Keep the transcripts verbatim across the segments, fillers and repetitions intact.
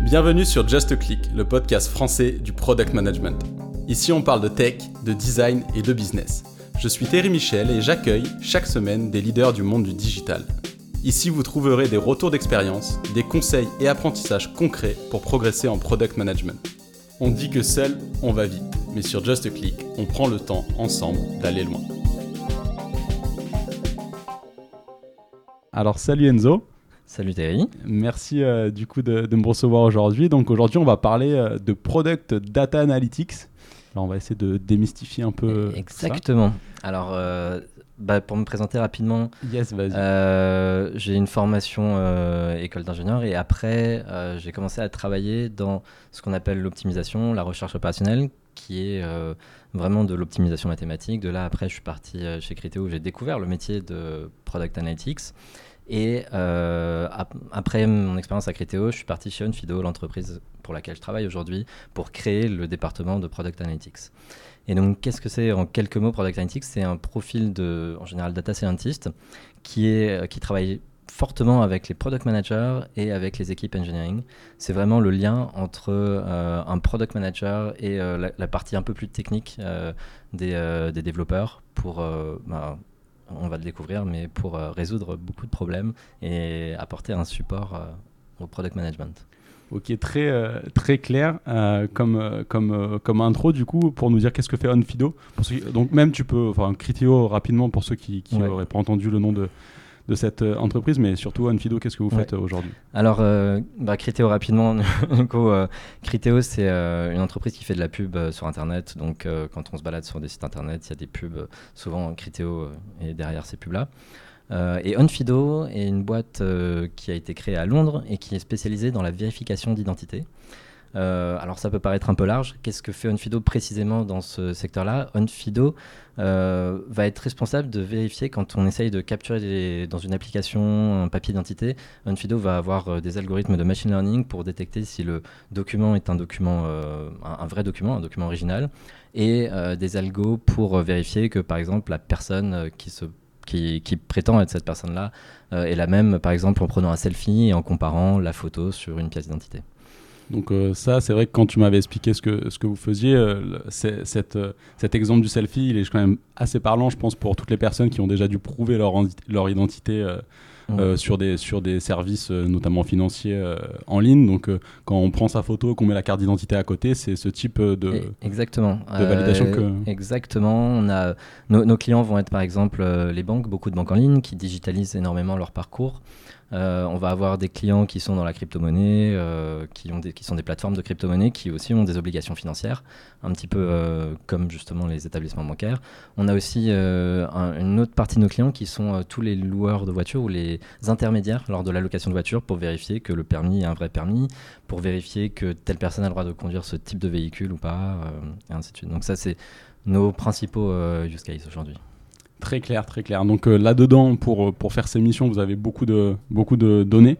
Bienvenue sur Just a Click, le podcast français du product management. Ici, on parle de tech, de design et de business. Je suis Thierry Michel et j'accueille chaque semaine des leaders du monde du digital. Ici, vous trouverez des retours d'expérience, des conseils et apprentissages concrets pour progresser en product management. On dit que seul, on va vite, mais sur Just a Click, on prend le temps ensemble d'aller loin. Alors, salut Enzo. Salut Thierry. Merci euh, du coup de, de me recevoir aujourd'hui. Donc aujourd'hui, on va parler euh, de Product Data Analytics. Alors, on va essayer de démystifier un peu Exactement. ça. Alors, euh, bah, pour me présenter rapidement, yes, vas-y. Euh, j'ai une formation euh, école d'ingénieur et après, euh, j'ai commencé à travailler dans ce qu'on appelle l'optimisation, la recherche opérationnelle, qui est euh, vraiment de l'optimisation mathématique. De là, après, je suis parti euh, chez Criteo où j'ai découvert le métier de Product Analytics. Et euh, ap- après mon expérience à Criteo, je suis parti chez Onfido, l'entreprise pour laquelle je travaille aujourd'hui, pour créer le département de Product Analytics. Et donc, qu'est-ce que c'est en quelques mots Product Analytics ? C'est un profil de, en général, data scientist qui, est, qui travaille fortement avec les product managers et avec les équipes engineering. C'est vraiment le lien entre euh, un product manager et euh, la, la partie un peu plus technique euh, des, euh, des développeurs pour... Euh, bah, on va le découvrir, mais pour euh, résoudre beaucoup de problèmes et apporter un support euh, au product management. Ok, très, euh, très clair euh, comme, euh, comme, euh, comme intro du coup, pour nous dire qu'est-ce que fait Onfido. Pour ceux qui, donc même tu peux, enfin Criteo rapidement pour ceux qui n'auraient ouais. pas entendu le nom de, de cette euh, entreprise, mais surtout Onfido, qu'est-ce que vous faites ouais. euh, aujourd'hui ? Alors euh, bah, Criteo rapidement, euh, Criteo c'est euh, une entreprise qui fait de la pub euh, sur internet, donc euh, quand on se balade sur des sites internet, il y a des pubs, euh, souvent Criteo euh, est derrière ces pubs-là. Euh, et Onfido est une boîte euh, qui a été créée à Londres et qui est spécialisée dans la vérification d'identité. Euh, alors ça peut paraître un peu large. Qu'est-ce que fait Onfido précisément dans ce secteur-là ? Onfido euh, va être responsable de vérifier quand on essaye de capturer des, dans une application un papier d'identité. Onfido va avoir euh, des algorithmes de machine learning pour détecter si le document est un document, euh, un, un vrai document, un document original, et euh, des algos pour euh, vérifier que par exemple la personne euh, qui se Qui, qui prétend être cette personne-là euh, est la même, par exemple, en prenant un selfie et en comparant la photo sur une pièce d'identité. Donc euh, ça, c'est vrai que quand tu m'avais expliqué ce que, ce que vous faisiez, euh, c'est, cette, euh, cet exemple du selfie, il est quand même assez parlant, je pense, pour toutes les personnes qui ont déjà dû prouver leur, leur identité euh, mmh. euh, sur, des, sur des services, euh, notamment financiers, euh, en ligne. Donc euh, quand on prend sa photo, qu'on met la carte d'identité à côté, c'est ce type de, exactement. de validation euh, que... Exactement. On a, nos, nos clients vont être par exemple euh, les banques, beaucoup de banques en ligne qui digitalisent énormément leur parcours. Euh, on va avoir des clients qui sont dans la crypto-monnaie, euh, qui, ont des, qui sont des plateformes de crypto-monnaie qui aussi ont des obligations financières, un petit peu euh, comme justement les établissements bancaires. On a aussi euh, un, une autre partie de nos clients qui sont euh, tous les loueurs de voitures ou les intermédiaires lors de la location de voiture pour vérifier que le permis est un vrai permis, pour vérifier que telle personne a le droit de conduire ce type de véhicule ou pas, euh, et ainsi de suite. Donc ça, c'est nos principaux euh, use cases aujourd'hui. Très clair, très clair. Donc euh, là-dedans, pour, pour faire ces missions, vous avez beaucoup de, beaucoup de données.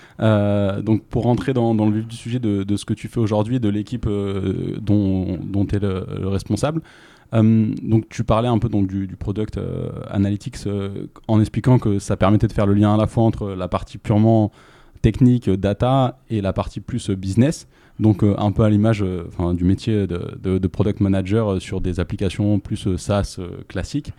Euh, donc pour rentrer dans, dans le vif du sujet de, de ce que tu fais aujourd'hui, de l'équipe euh, dont, dont tu es le, le responsable, euh, donc tu parlais un peu donc, du, du Product euh, Analytics euh, en expliquant que ça permettait de faire le lien à la fois entre la partie purement technique, data, et la partie plus business. Donc euh, un peu à l'image euh, du métier de, de, de Product Manager euh, sur des applications plus euh, SaaS euh, classiques.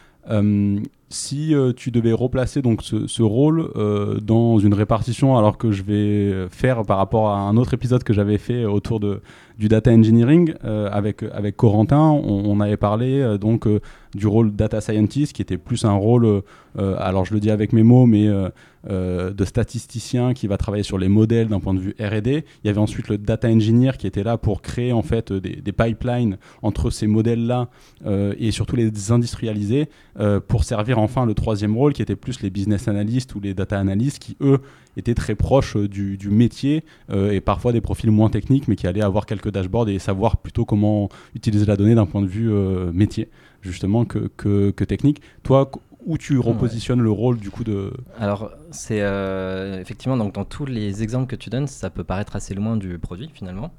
Euh, si euh, tu devais replacer donc ce, ce rôle euh, dans une répartition, alors que je vais faire par rapport à un autre épisode que j'avais fait autour de, du data engineering euh, avec, avec Corentin, on, on avait parlé euh, donc euh, du rôle data scientist qui était plus un rôle, euh, alors je le dis avec mes mots, mais euh, euh, de statisticien qui va travailler sur les modèles d'un point de vue R et D. Il y avait ensuite le data engineer qui était là pour créer en fait des, des pipelines entre ces modèles-là euh, et surtout les industrialiser euh, pour servir enfin le troisième rôle qui était plus les business analysts ou les data analysts qui eux étaient très proches euh, du, du métier euh, et parfois des profils moins techniques mais qui allaient avoir quelques dashboards et savoir plutôt comment utiliser la donnée d'un point de vue euh, métier justement que, que, que technique. Toi, où tu repositionnes ouais. le rôle du coup de... Alors c'est euh, effectivement donc dans tous les exemples que tu donnes ça peut paraître assez loin du produit finalement.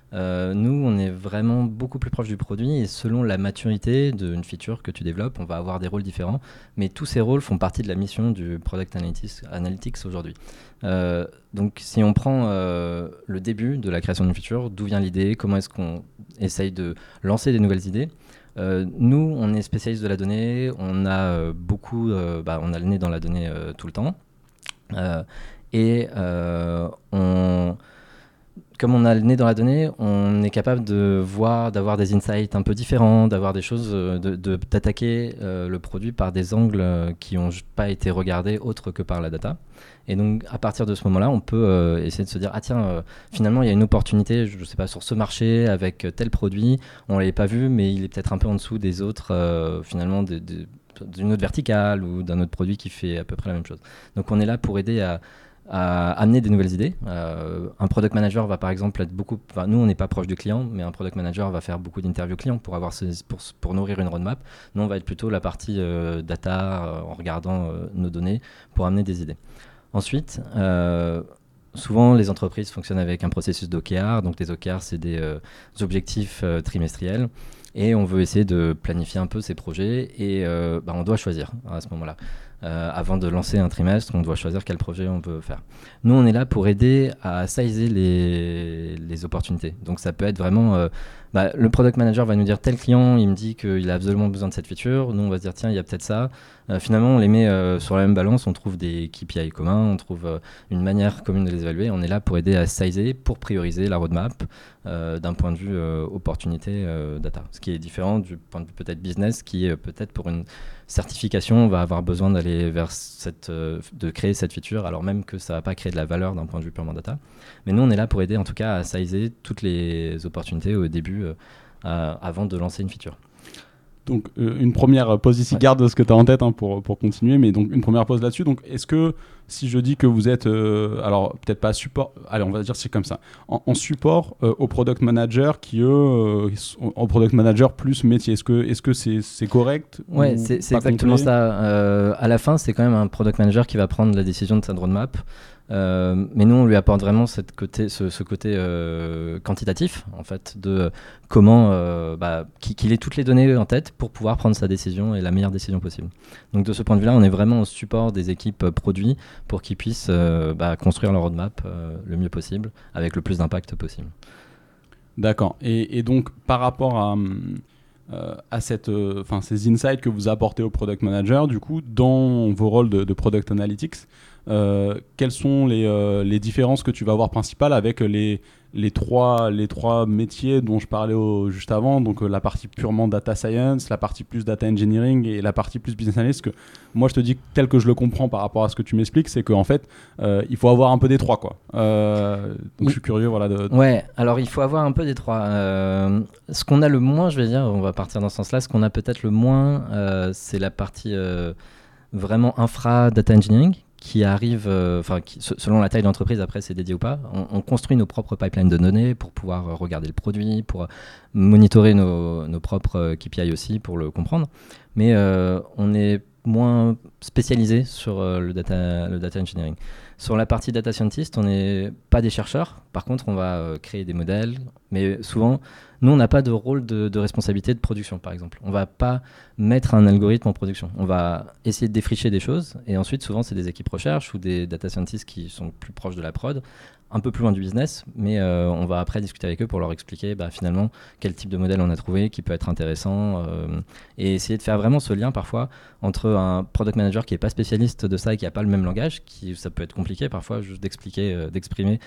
Euh, nous, on est vraiment beaucoup plus proche du produit et selon la maturité d'une feature que tu développes, on va avoir des rôles différents. Mais tous ces rôles font partie de la mission du Product Analytics, Analytics aujourd'hui. Euh, donc, si on prend euh, le début de la création d'une feature, d'où vient l'idée, comment est-ce qu'on essaye de lancer des nouvelles idées, euh, nous, on est spécialiste de la donnée, on a euh, beaucoup, euh, bah, on a le nez dans la donnée euh, tout le temps. Euh, et euh, on comme on a le nez dans la donnée, on est capable de voir, d'avoir des insights un peu différents, d'avoir des choses, de, de, d'attaquer euh, le produit par des angles euh, qui n'ont pas été regardés autres que par la data. Et donc, à partir de ce moment-là, on peut euh, essayer de se dire, ah tiens, euh, finalement, il y a une opportunité, je ne sais pas, sur ce marché, avec tel produit, on ne l'avait pas vu, mais il est peut-être un peu en dessous des autres, euh, finalement, de, de, d'une autre verticale ou d'un autre produit qui fait à peu près la même chose. Donc, on est là pour aider à à amener des nouvelles idées. Euh, un product manager va par exemple être beaucoup... Enfin, nous, on n'est pas proche du client, mais un product manager va faire beaucoup d'interviews clients pour, avoir ces, pour, pour nourrir une roadmap. Nous, on va être plutôt la partie euh, data, euh, en regardant euh, nos données, pour amener des idées. Ensuite, euh, souvent, les entreprises fonctionnent avec un processus d'O K R. Donc, les O K R, c'est des, euh, des objectifs euh, trimestriels. Et on veut essayer de planifier un peu ces projets. Et euh, bah, on doit choisir à ce moment-là. Euh, avant de lancer un trimestre, on doit choisir quel projet on veut faire. Nous, on est là pour aider à sizer les, les opportunités. Donc, ça peut être vraiment... Euh, bah, le product manager va nous dire tel client, il me dit qu'il a absolument besoin de cette feature. Nous, on va se dire, tiens, il y a peut-être ça. Euh, finalement, on les met euh, sur la même balance. On trouve des K P I communs, on trouve euh, une manière commune de les évaluer. On est là pour aider à sizer, pour prioriser la roadmap euh, d'un point de vue euh, opportunité euh, data. Ce qui est différent du point de vue peut-être business, qui est peut-être pour une certification, on va avoir besoin d'aller vers cette, euh, de créer cette feature, alors même que ça ne va pas créer de la valeur d'un point de vue purement data. Mais nous, on est là pour aider en tout cas à sizer toutes les opportunités au début, euh, euh, avant de lancer une feature. Donc euh, une première pause ici, ouais. Garde ce que tu as en tête hein, pour, pour continuer, mais donc une première pause là-dessus. Donc est-ce que si je dis que vous êtes, euh, alors peut-être pas support, allez on va dire c'est comme ça, en, en support euh, au product manager qui eux, euh, sont, au product manager plus métier, est-ce que est-ce que c'est, c'est correct? Ouais, c'est, c'est exactement complet ça. Euh, à la fin, c'est quand même un product manager qui va prendre la décision de sa roadmap. Euh, mais nous, on lui apporte vraiment cette côté, ce, ce côté euh, quantitatif, en fait, de comment euh, bah, qu'il ait toutes les données en tête pour pouvoir prendre sa décision et la meilleure décision possible. Donc, de ce point de vue-là, on est vraiment au support des équipes produits pour qu'ils puissent euh, bah, construire leur roadmap euh, le mieux possible, avec le plus d'impact possible. D'accord. Et, et donc, par rapport à... Euh, à cette, euh, ces insights que vous apportez au product manager, du coup, dans vos rôles de, de product analytics, euh, quelles sont les, euh, les différences que tu vas voir principales avec les, les, trois, les trois métiers dont je parlais au, juste avant, donc euh, la partie purement data science, la partie plus data engineering et la partie plus business analyst, que moi je te dis tel que je le comprends par rapport à ce que tu m'expliques, c'est qu'en fait euh, il faut avoir un peu des trois quoi. Euh, donc oui. Je suis curieux voilà. De, de... Ouais, alors il faut avoir un peu des trois. Euh, ce qu'on a le moins, je vais dire, on va partir dans ce sens-là, ce qu'on a peut-être le moins, euh, c'est la partie euh, vraiment infra data engineering qui arrive, enfin, euh, selon la taille de l'entreprise, après c'est dédié ou pas, on, on construit nos propres pipelines de données pour pouvoir euh, regarder le produit, pour monitorer nos, nos propres K P I aussi pour le comprendre. Mais euh, on est moins spécialisé sur euh, le, data, le data engineering. Sur la partie data scientist, on n'est pas des chercheurs. Par contre, on va euh, créer des modèles. Mais souvent, nous, on n'a pas de rôle de, de responsabilité de production, par exemple. On ne va pas mettre un algorithme en production. On va essayer de défricher des choses. Et ensuite, souvent, c'est des équipes recherche ou des data scientists qui sont plus proches de la prod, un peu plus loin du business. Mais euh, on va après discuter avec eux pour leur expliquer bah, finalement quel type de modèle on a trouvé, qui peut être intéressant. Euh, et essayer de faire vraiment ce lien parfois entre un product manager qui n'est pas spécialiste de ça et qui n'a pas le même langage, qui, ça peut être compliqué parfois juste d'expliquer, euh, d'exprimer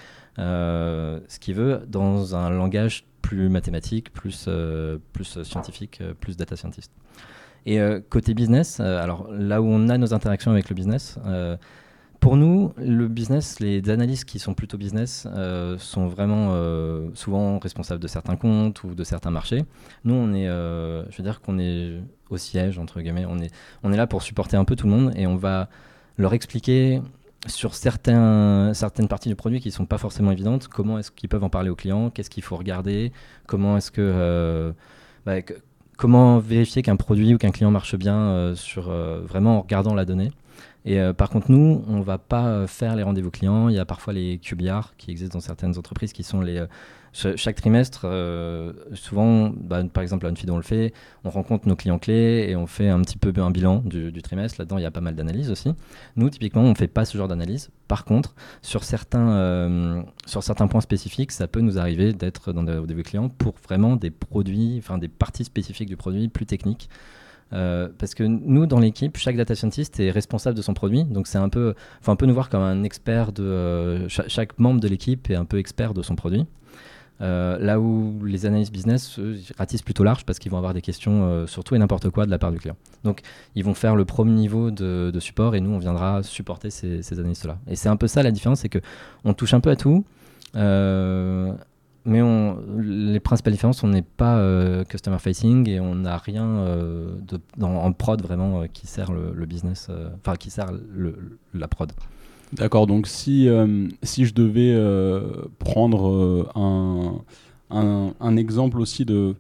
euh, ce qu'il veut dans un langage plus mathématique, plus, euh, plus scientifique, euh, plus data scientist. Et euh, côté business, euh, alors là où on a nos interactions avec le business, euh, pour nous, le business, les analystes qui sont plutôt business euh, sont vraiment euh, souvent responsables de certains comptes ou de certains marchés. Nous, on est, euh, je veux dire qu'on est au siège, entre guillemets, on est, on est là pour supporter un peu tout le monde et on va leur expliquer sur certains, certaines parties du produit qui ne sont pas forcément évidentes, comment est-ce qu'ils peuvent en parler aux clients, qu'est-ce qu'il faut regarder, comment est-ce que... Euh, bah, que comment vérifier qu'un produit ou qu'un client marche bien euh, sur, euh, vraiment en regardant la donnée. Et euh, par contre, nous, on ne va pas faire les rendez-vous clients. Il y a parfois les Q B R qui existent dans certaines entreprises qui sont les... Euh, ch- chaque trimestre, euh, souvent, bah, par exemple, à Onfido, on le fait, on rencontre nos clients clés et on fait un petit peu un bilan du, du trimestre. Là-dedans, il y a pas mal d'analyses aussi. Nous, typiquement, on ne fait pas ce genre d'analyse. Par contre, sur certains, euh, sur certains points spécifiques, ça peut nous arriver d'être dans des rendez-vous clients pour vraiment des produits, enfin des parties spécifiques du produit plus techniques. Euh, parce que nous, dans l'équipe, chaque data scientist est responsable de son produit. Donc, c'est un peu, faut un peu nous voir comme un expert de... Euh, cha- chaque membre de l'équipe est un peu expert de son produit. Euh, là où les analystes business eux, ratissent plutôt large parce qu'ils vont avoir des questions euh, sur tout et n'importe quoi de la part du client. Donc, ils vont faire le premier niveau de, de support et nous, on viendra supporter ces, ces analystes-là. Et c'est un peu ça la différence, c'est qu'on touche un peu à tout. Euh, Mais on, les principales différences, on n'est pas euh, customer facing et on n'a rien euh, de, dans, en prod vraiment euh, qui sert le, le business, enfin euh, qui sert le, la prod. D'accord, donc si, euh, si je devais euh, prendre euh, un, un, un exemple aussi de...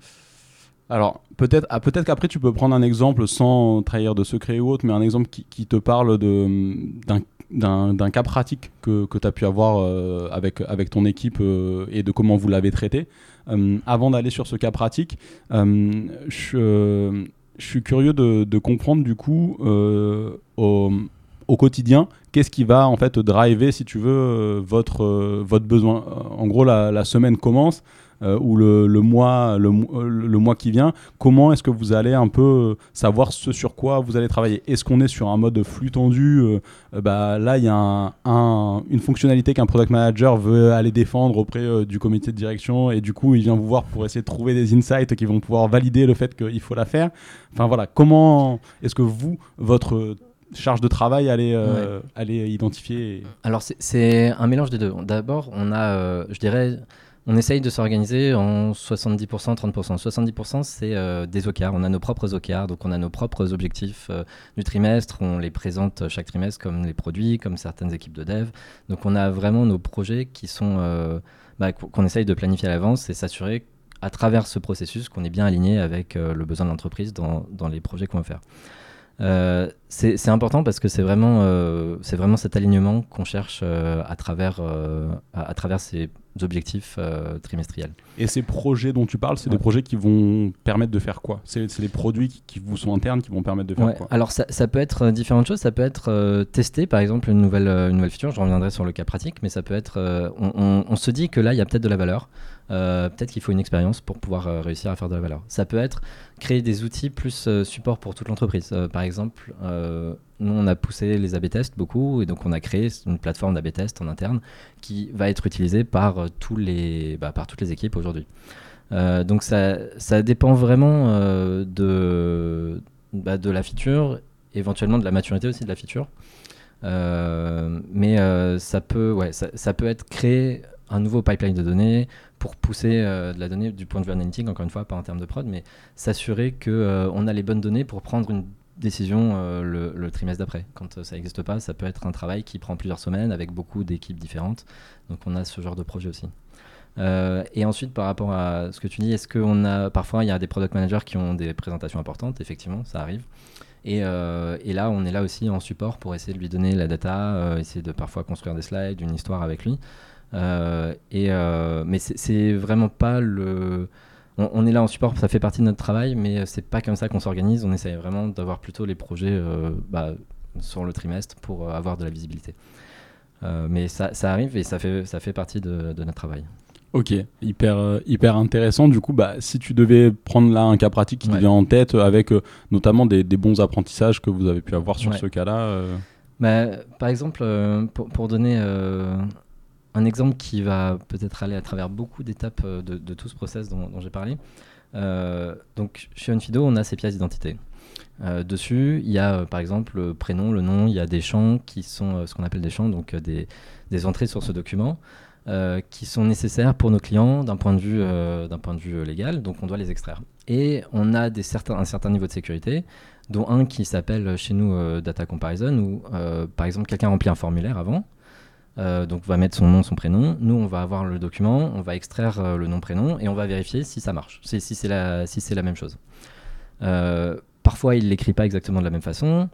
Alors, peut-être ah, peut-être qu'après tu peux prendre un exemple sans trahir de secret ou autre, mais un exemple qui, qui te parle de, d'un D'un, d'un cas pratique que, que tu as pu avoir euh, avec, avec ton équipe euh, et de comment vous l'avez traité. Euh, avant d'aller sur ce cas pratique, euh, je, euh, je suis curieux de, de comprendre du coup euh, au, au quotidien qu'est-ce qui va en fait driver, si tu veux, euh, votre, euh, votre besoin. En gros, la, la semaine commence. Euh, ou le, le, mois, le, le mois qui vient, comment est-ce que vous allez un peu savoir ce sur quoi vous allez travailler? Est-ce qu'on est sur un mode flux tendu? euh, euh, bah, Là, il y a un, un, une fonctionnalité qu'un product manager veut aller défendre auprès euh, du comité de direction et du coup, il vient vous voir pour essayer de trouver des insights qui vont pouvoir valider le fait qu'il faut la faire. Enfin voilà, comment est-ce que vous, votre charge de travail, allez, euh, ouais. allez identifier et... Alors, c'est, c'est un mélange des deux. D'abord, on a, euh, je dirais... On essaye de s'organiser en soixante-dix pour cent, trente pour cent. soixante-dix pour cent, c'est euh, des O K R. On a nos propres O K R, donc on a nos propres objectifs euh, du trimestre. On les présente chaque trimestre comme les produits, comme certaines équipes de dev. Donc on a vraiment nos projets qui sont, euh, bah, qu'on essaye de planifier à l'avance et s'assurer à travers ce processus qu'on est bien aligné avec euh, le besoin de l'entreprise dans, dans les projets qu'on va faire. Euh, c'est, c'est important parce que c'est vraiment, euh, c'est vraiment cet alignement qu'on cherche euh, à, travers, euh, à, à travers ces objectifs euh, trimestriels. Et ces projets dont tu parles, c'est ouais. des projets qui vont permettre de faire quoi? C'est, c'est des produits qui, qui vous sont internes qui vont permettre de faire ouais. quoi? Alors ça, ça peut être différentes choses. Ça peut être euh, tester par exemple une nouvelle, une nouvelle feature. Je reviendrai sur le cas pratique, mais ça peut être, euh, on, on, on se dit que là il y a peut-être de la valeur. Euh, peut-être qu'il faut une expérience pour pouvoir euh, réussir à faire de la valeur. Ça peut être créer des outils plus euh, support pour toute l'entreprise. Euh, par exemple, euh, nous on a poussé les A B tests beaucoup et donc on a créé une plateforme d'A B test en interne qui va être utilisée par, euh, tous les, bah, par toutes les équipes aujourd'hui. Euh, donc ça, ça dépend vraiment euh, de, bah, de la feature, éventuellement de la maturité aussi de la feature. Euh, mais euh, ça, peut, ouais, ça, ça peut être créé un nouveau pipeline de données pour pousser euh, de la donnée du point de vue analytique, encore une fois, pas en termes de prod, mais s'assurer qu'on euh, a les bonnes données pour prendre une décision euh, le, le trimestre d'après. Quand euh, ça n'existe pas, ça peut être un travail qui prend plusieurs semaines avec beaucoup d'équipes différentes. Donc on a ce genre de projet aussi. Euh, et ensuite, par rapport à ce que tu dis, est-ce qu'on a parfois il y a des product managers qui ont des présentations importantes? Effectivement, ça arrive. Et, euh, et là, on est là aussi en support pour essayer de lui donner la data, euh, essayer de parfois construire des slides, une histoire avec lui. Euh, et, euh, mais c'est, c'est vraiment pas le... On, on est là en support, ça fait partie de notre travail, mais c'est pas comme ça qu'on s'organise. On essaie vraiment d'avoir plutôt les projets euh, bah, sur le trimestre pour euh, avoir de la visibilité. Euh, mais ça, ça arrive et ça fait, ça fait partie de, de notre travail. Ok, hyper, euh, hyper intéressant. Du coup, bah, si tu devais prendre là un cas pratique qui ouais. te vient en tête, avec euh, notamment des, des bons apprentissages que vous avez pu avoir sur ouais. ce cas-là euh... bah, par exemple, euh, pour, pour donner... Euh, un exemple qui va peut-être aller à travers beaucoup d'étapes de, de tout ce process dont, dont j'ai parlé. Euh, donc, chez Onfido, on a ces pièces d'identité. Euh, dessus, il y a euh, par exemple le prénom, le nom, il y a des champs qui sont euh, ce qu'on appelle des champs, donc euh, des, des entrées sur ce document euh, qui sont nécessaires pour nos clients d'un point de vue, euh, d'un point de vue légal, donc on doit les extraire. Et on a des certains, un certain niveau de sécurité, dont un qui s'appelle chez nous euh, Data Comparison, où euh, par exemple quelqu'un remplit un formulaire avant. Euh, donc on va mettre son nom, son prénom. Nous, on va avoir le document, on va extraire euh, le nom, prénom et on va vérifier si ça marche, si, si, c'est, la, si c'est la même chose. Euh, parfois, il ne l'écrit pas exactement de la même façon.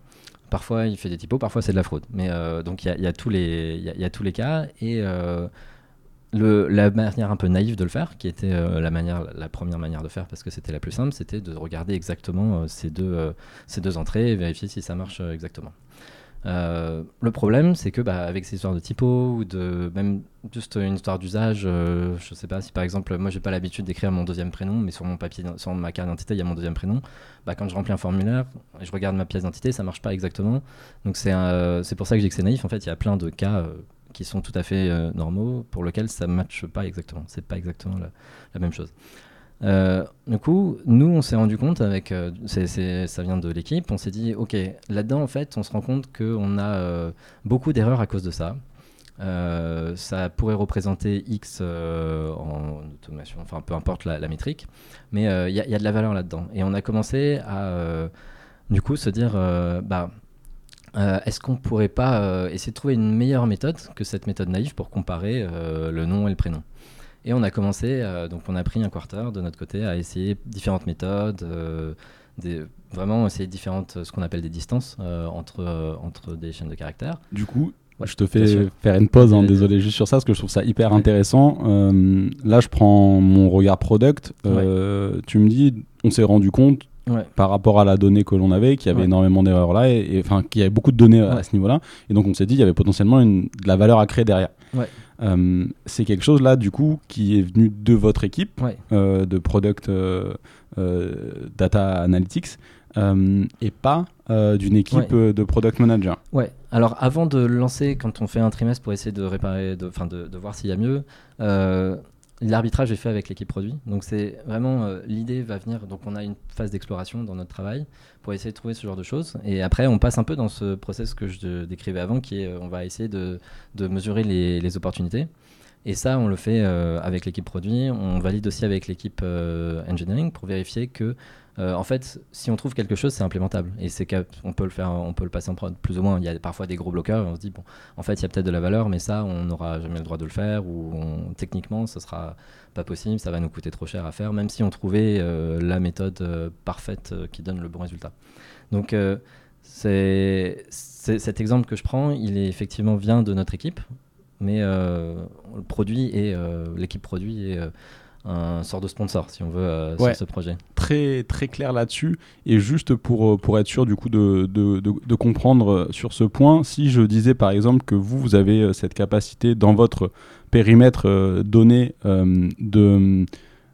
Parfois, il fait des typos, parfois, c'est de la fraude. Mais euh, donc, il y, y a tous les, il y, y a tous les cas. Et euh, le, la manière un peu naïve de le faire, qui était euh, la, manière, la première manière de faire, parce que c'était la plus simple, c'était de regarder exactement euh, ces, deux, euh, ces deux entrées et vérifier si ça marche euh, exactement. Euh, le problème, c'est que bah, avec ces histoires de typo ou de même juste une histoire d'usage, euh, je sais pas si par exemple, moi j'ai pas l'habitude d'écrire mon deuxième prénom, mais sur mon papier, sur ma carte d'identité, il y a mon deuxième prénom. Bah, quand je remplis un formulaire et je regarde ma pièce d'identité, ça marche pas exactement. Donc c'est euh, c'est pour ça que je dis que c'est naïf. En fait, il y a plein de cas euh, qui sont tout à fait euh, normaux pour lesquels ça matche pas exactement. C'est pas exactement la, la même chose. Euh, du coup, nous, on s'est rendu compte avec, euh, c'est, c'est, ça vient de l'équipe, on s'est dit, ok, là-dedans, en fait, on se rend compte qu'on a euh, beaucoup d'erreurs à cause de ça. Euh, ça pourrait représenter X euh, en automation, enfin peu importe la, la métrique, mais il euh, y, y a de la valeur là-dedans. Et on a commencé à, euh, du coup, se dire, euh, bah, euh, est-ce qu'on pourrait pas euh, essayer de trouver une meilleure méthode que cette méthode naïve pour comparer euh, le nom et le prénom? Et on a commencé, euh, donc on a pris un quarter de notre côté à essayer différentes méthodes, euh, des, vraiment essayer différentes, ce qu'on appelle des distances euh, entre, euh, entre des chaînes de caractères. Du coup, ouais, je te fais faire une pause, hein, désolé juste sur ça, parce que je trouve ça hyper ouais. intéressant. Euh, là, je prends mon regard product. Euh, ouais. Tu me dis, on s'est rendu compte, ouais. par rapport à la donnée que l'on avait, qu'il y avait ouais. énormément d'erreurs là, et, et, enfin, qu'il y avait beaucoup de données ouais. à ce niveau-là. Et donc, on s'est dit, il y avait potentiellement une, de la valeur à créer derrière. Ouais. Euh, c'est quelque chose là du coup qui est venu de votre équipe ouais. euh, de product euh, euh, data analytics euh, et pas euh, d'une équipe ouais. de product manager. Ouais. Alors avant de lancer, quand on fait un trimestre pour essayer de réparer, de, enfin de, de voir s'il y a mieux, euh, l'arbitrage est fait avec l'équipe produit. Donc c'est vraiment euh, l'idée va venir. Donc on a une phase d'exploration dans notre travail pour essayer de trouver ce genre de choses. Et après on passe un peu dans ce process que je décrivais avant, qui est on va essayer de, de mesurer les, les opportunités. Et ça on le fait euh, avec l'équipe produit. On valide aussi avec l'équipe euh, engineering pour vérifier que Euh, en fait, si on trouve quelque chose, c'est implémentable. Et c'est qu'on peut le faire, on peut le passer en prod, plus ou moins. Il y a parfois des gros bloqueurs et on se dit, bon, en fait, il y a peut-être de la valeur, mais ça, on n'aura jamais le droit de le faire ou on, techniquement, ce sera pas possible, ça va nous coûter trop cher à faire, même si on trouvait euh, la méthode euh, parfaite euh, qui donne le bon résultat. Donc, euh, c'est, c'est, cet exemple que je prends, il est effectivement vient de notre équipe, mais euh, le produit et euh, l'équipe produit est euh, un sort de sponsor, si on veut, euh, ouais, sur ce projet. Très, très clair là-dessus. Et juste pour, pour être sûr du coup de, de, de, de comprendre sur ce point, si je disais par exemple que vous, vous avez cette capacité dans votre périmètre euh, donné euh, de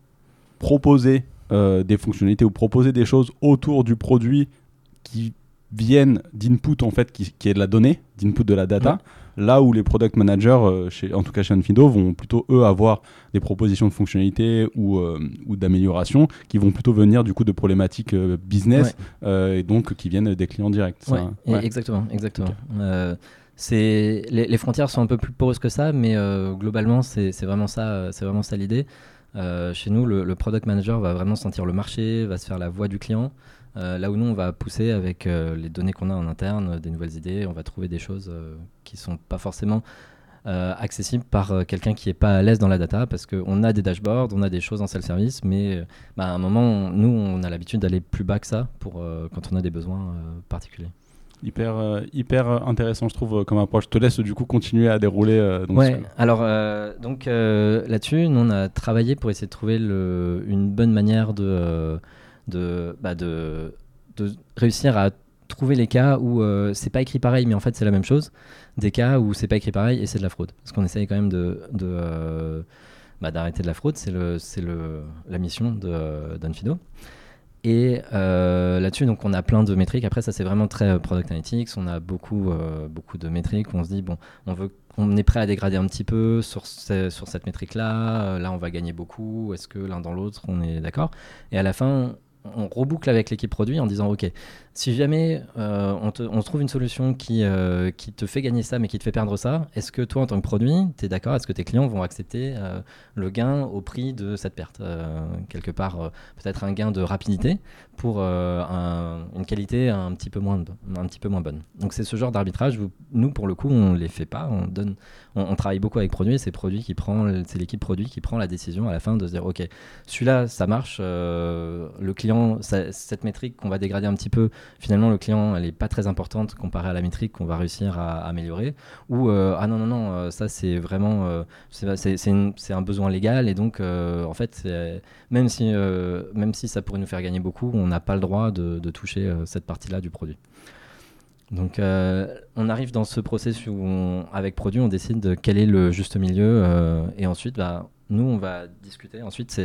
proposer euh, des fonctionnalités ou proposer des choses autour du produit qui viennent d'input en fait, qui, qui est de la donnée, d'input de la data, ouais. Là où les product managers, euh, chez, en tout cas chez Onfido, vont plutôt eux avoir des propositions de fonctionnalités ou, euh, ou d'amélioration qui vont plutôt venir du coup de problématiques euh, business ouais. euh, et donc qui viennent des clients directs. Ouais, ça, ouais. Exactement, exactement. Okay. Euh, c'est, les, les frontières sont un peu plus poreuses que ça, mais euh, globalement c'est, c'est vraiment ça, c'est vraiment ça l'idée. Euh, chez nous, le, le product manager va vraiment sentir le marché, va se faire la voix du client. Euh, là où nous, on va pousser avec euh, les données qu'on a en interne, des nouvelles idées, on va trouver des choses euh, qui ne sont pas forcément euh, accessibles par euh, quelqu'un qui n'est pas à l'aise dans la data, parce qu'on a des dashboards, on a des choses en self-service, mais bah, à un moment, on, nous, on a l'habitude d'aller plus bas que ça pour, euh, quand on a des besoins euh, particuliers. Hyper, euh, hyper intéressant, je trouve, comme approche. Je te laisse du coup continuer à dérouler. Euh, donc ouais, alors euh, donc, euh, là-dessus, nous, on a travaillé pour essayer de trouver le, une bonne manière de... Euh, De, bah de, de réussir à trouver les cas où euh, c'est pas écrit pareil mais en fait c'est la même chose, des cas où c'est pas écrit pareil et c'est de la fraude, parce qu'on essaye quand même de, de, euh, bah d'arrêter de la fraude, c'est, le, c'est le, la mission de, d'Onfido. Et euh, là-dessus donc on a plein de métriques, après ça c'est vraiment très product analytics, on a beaucoup, euh, beaucoup de métriques où on se dit bon on veut on est prêt à dégrader un petit peu sur, ce, sur cette métrique-là, là on va gagner beaucoup, est-ce que l'un dans l'autre on est d'accord, et à la fin on reboucle avec l'équipe produit en disant ok, si jamais euh, on, te, on trouve une solution qui, euh, qui te fait gagner ça mais qui te fait perdre ça, est-ce que toi en tant que produit tu es d'accord, est-ce que tes clients vont accepter euh, le gain au prix de cette perte, euh, quelque part euh, peut-être un gain de rapidité pour euh, un, une qualité un petit peu moins, un petit peu moins bonne. Donc c'est ce genre d'arbitrage où nous pour le coup on les fait pas, on, donne, on, on travaille beaucoup avec produit, et c'est, produit qui prend, c'est l'équipe produit qui prend la décision à la fin de se dire ok, celui-là ça marche, euh, le client, ça, cette métrique qu'on va dégrader un petit peu, finalement le client elle est pas très importante comparée à la métrique qu'on va réussir à, à améliorer, ou euh, ah non non non euh, ça c'est vraiment euh, c'est, c'est, c'est, une, c'est un besoin légal et donc euh, en fait c'est, même si euh, même si ça pourrait nous faire gagner beaucoup, on n'a pas le droit de, de toucher euh, cette partie-là du produit. Donc euh, on arrive dans ce processus où on, avec produit on décide de quel est le juste milieu euh, et ensuite bah, nous on va discuter. Ensuite c'est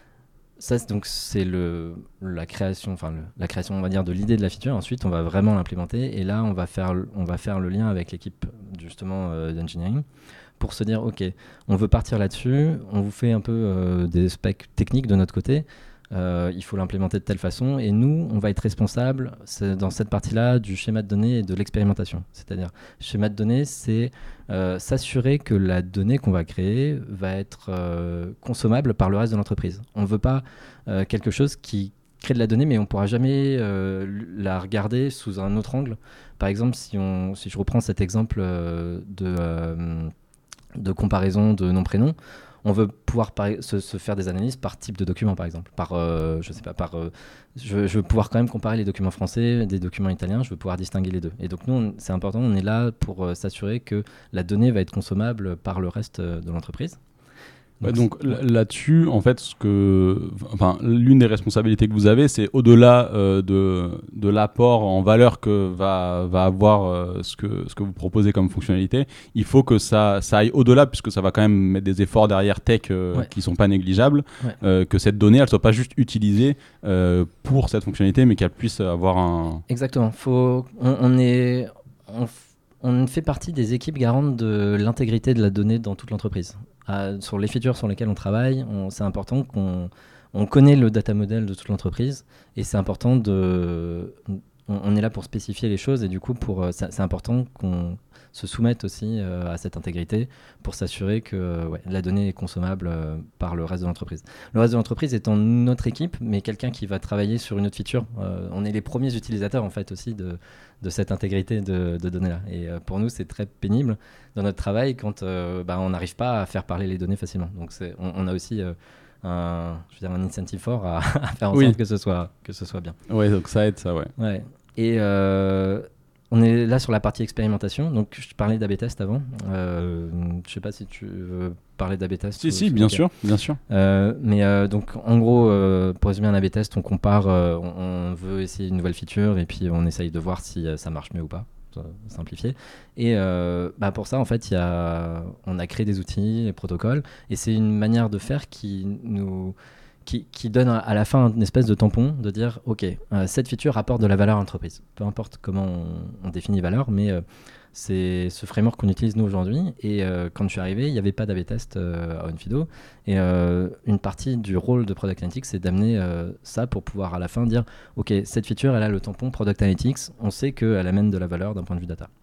ça, donc c'est le la création, enfin le, la création on va dire de l'idée de la feature. Ensuite on va vraiment l'implémenter et là on va faire on va faire le lien avec l'équipe justement euh, d'engineering pour se dire ok on veut partir là-dessus, on vous fait un peu euh, des specs techniques de notre côté. Euh, il faut l'implémenter de telle façon et nous on va être responsable dans cette partie là du schéma de données et de l'expérimentation. C'est-à-dire schéma de données c'est euh, s'assurer que la donnée qu'on va créer va être euh, consommable par le reste de l'entreprise. On ne veut pas euh, quelque chose qui crée de la donnée mais on ne pourra jamais euh, la regarder sous un autre angle. Par exemple si, on, si je reprends cet exemple euh, de, euh, de comparaison de nom-prénom, on veut pouvoir par, se, se faire des analyses par type de document, par exemple. Par, euh, je sais pas, par, euh, je, je veux pouvoir quand même comparer les documents français des documents italiens. Je veux pouvoir distinguer les deux. Et donc nous, on, c'est important. On est là pour euh, s'assurer que la donnée va être consommable par le reste euh, de l'entreprise. Donc, ouais, donc l- là-dessus, en fait, ce que, enfin, l'une des responsabilités que vous avez, c'est au-delà euh, de, de l'apport en valeur que va, va avoir euh, ce, que, ce que vous proposez comme fonctionnalité. Il faut que ça, ça aille au-delà, puisque ça va quand même mettre des efforts derrière tech euh, ouais. qui ne sont pas négligeables, ouais. euh, que cette donnée, elle ne soit pas juste utilisée euh, pour cette fonctionnalité, mais qu'elle puisse avoir un... Exactement. Faut, on, on est... On On fait partie des équipes garantes de l'intégrité de la donnée dans toute l'entreprise. Euh, sur les features sur lesquelles on travaille, on, c'est important qu'on on connaît le data model de toute l'entreprise et c'est important de... On, on est là pour spécifier les choses et du coup, pour, c'est, c'est important qu'on se soumette aussi euh, à cette intégrité pour s'assurer que euh, ouais, la donnée est consommable euh, par le reste de l'entreprise. Le reste de l'entreprise étant notre équipe, mais quelqu'un qui va travailler sur une autre feature. Euh, on est les premiers utilisateurs en fait aussi de, de cette intégrité de, de données-là. Et euh, pour nous, c'est très pénible dans notre travail quand euh, bah, on n'arrive pas à faire parler les données facilement. Donc c'est, on, on a aussi euh, un, je veux dire, un incentive fort à, à faire en oui. sorte que ce soit, que ce soit bien. Ouais, donc ça aide ça, ouais. ouais. Et euh, on est là sur la partie expérimentation. Donc, je parlais d'A B test avant. Euh, je ne sais pas si tu veux parler d'A B test. Si, ou, si, bien sûr, bien sûr. Euh, mais euh, donc, en gros, euh, pour résumer un A B test, on compare, euh, on, on veut essayer une nouvelle feature et puis on essaye de voir si euh, ça marche mieux ou pas. Simplifié. Et euh, bah pour ça, en fait, y a, on a créé des outils, des protocoles, et c'est une manière de faire qui nous... Qui, qui donne à la fin une espèce de tampon de dire ok euh, cette feature apporte de la valeur à l'entreprise, peu importe comment on, on définit valeur, mais euh, c'est ce framework qu'on utilise nous aujourd'hui. Et euh, quand je suis arrivé, il n'y avait pas d'A B test euh, à Onfido et euh, une partie du rôle de Product Analytics c'est d'amener euh, ça pour pouvoir à la fin dire ok cette feature elle a le tampon Product Analytics, on sait qu'elle amène de la valeur d'un point de vue data.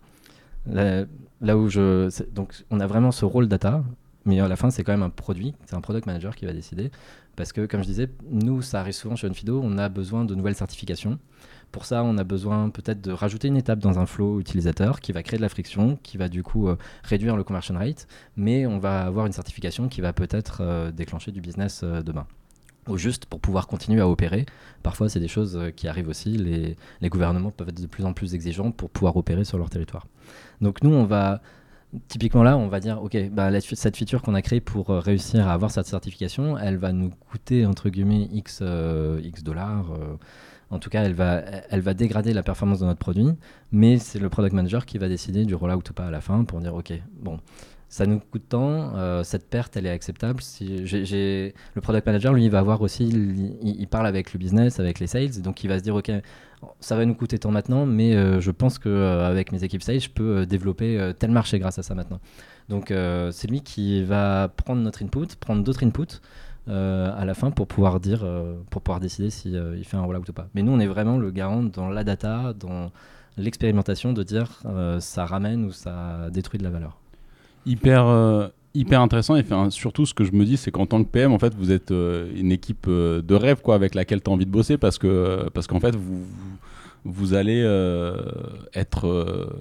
Là, là où je donc on a vraiment ce rôle data, mais à la fin c'est quand même un produit, c'est un product manager qui va décider. Parce que, comme je disais, nous, ça arrive souvent chez Onfido, on a besoin de nouvelles certifications. Pour ça, on a besoin peut-être de rajouter une étape dans un flow utilisateur qui va créer de la friction, qui va du coup euh, réduire le conversion rate, mais on va avoir une certification qui va peut-être euh, déclencher du business euh, demain. Ou juste pour pouvoir continuer à opérer. Parfois, c'est des choses euh, qui arrivent aussi. Les, les gouvernements peuvent être de plus en plus exigeants pour pouvoir opérer sur leur territoire. Donc nous, on va... Typiquement là, on va dire, ok, bah, la, cette feature qu'on a créée pour euh, réussir à avoir cette certification, elle va nous coûter entre guillemets X, euh, X dollars. Euh, en tout cas, elle va, elle va dégrader la performance de notre produit, mais c'est le product manager qui va décider du rollout ou pas à la fin pour dire, ok, bon, ça nous coûte tant, euh, cette perte, elle est acceptable. Si j'ai, j'ai... Le product manager, lui, il va avoir aussi, il, il parle avec le business, avec les sales, donc il va se dire, ok, ça va nous coûter tant maintenant, mais euh, je pense qu'avec euh, mes équipes sales, je peux euh, développer euh, tel marché grâce à ça maintenant. Donc euh, c'est lui qui va prendre notre input, prendre d'autres inputs euh, à la fin pour pouvoir dire, euh, pour pouvoir décider si euh, il fait un rollout ou pas. Mais nous, on est vraiment le garant dans la data, dans l'expérimentation, de dire euh, ça ramène ou ça détruit de la valeur. Hyper, euh, hyper intéressant et enfin, surtout ce que je me dis c'est qu'en tant que P M en fait vous êtes euh, une équipe euh, de rêve quoi, avec laquelle tu as envie de bosser parce que euh, parce qu'en fait vous vous allez euh, être euh,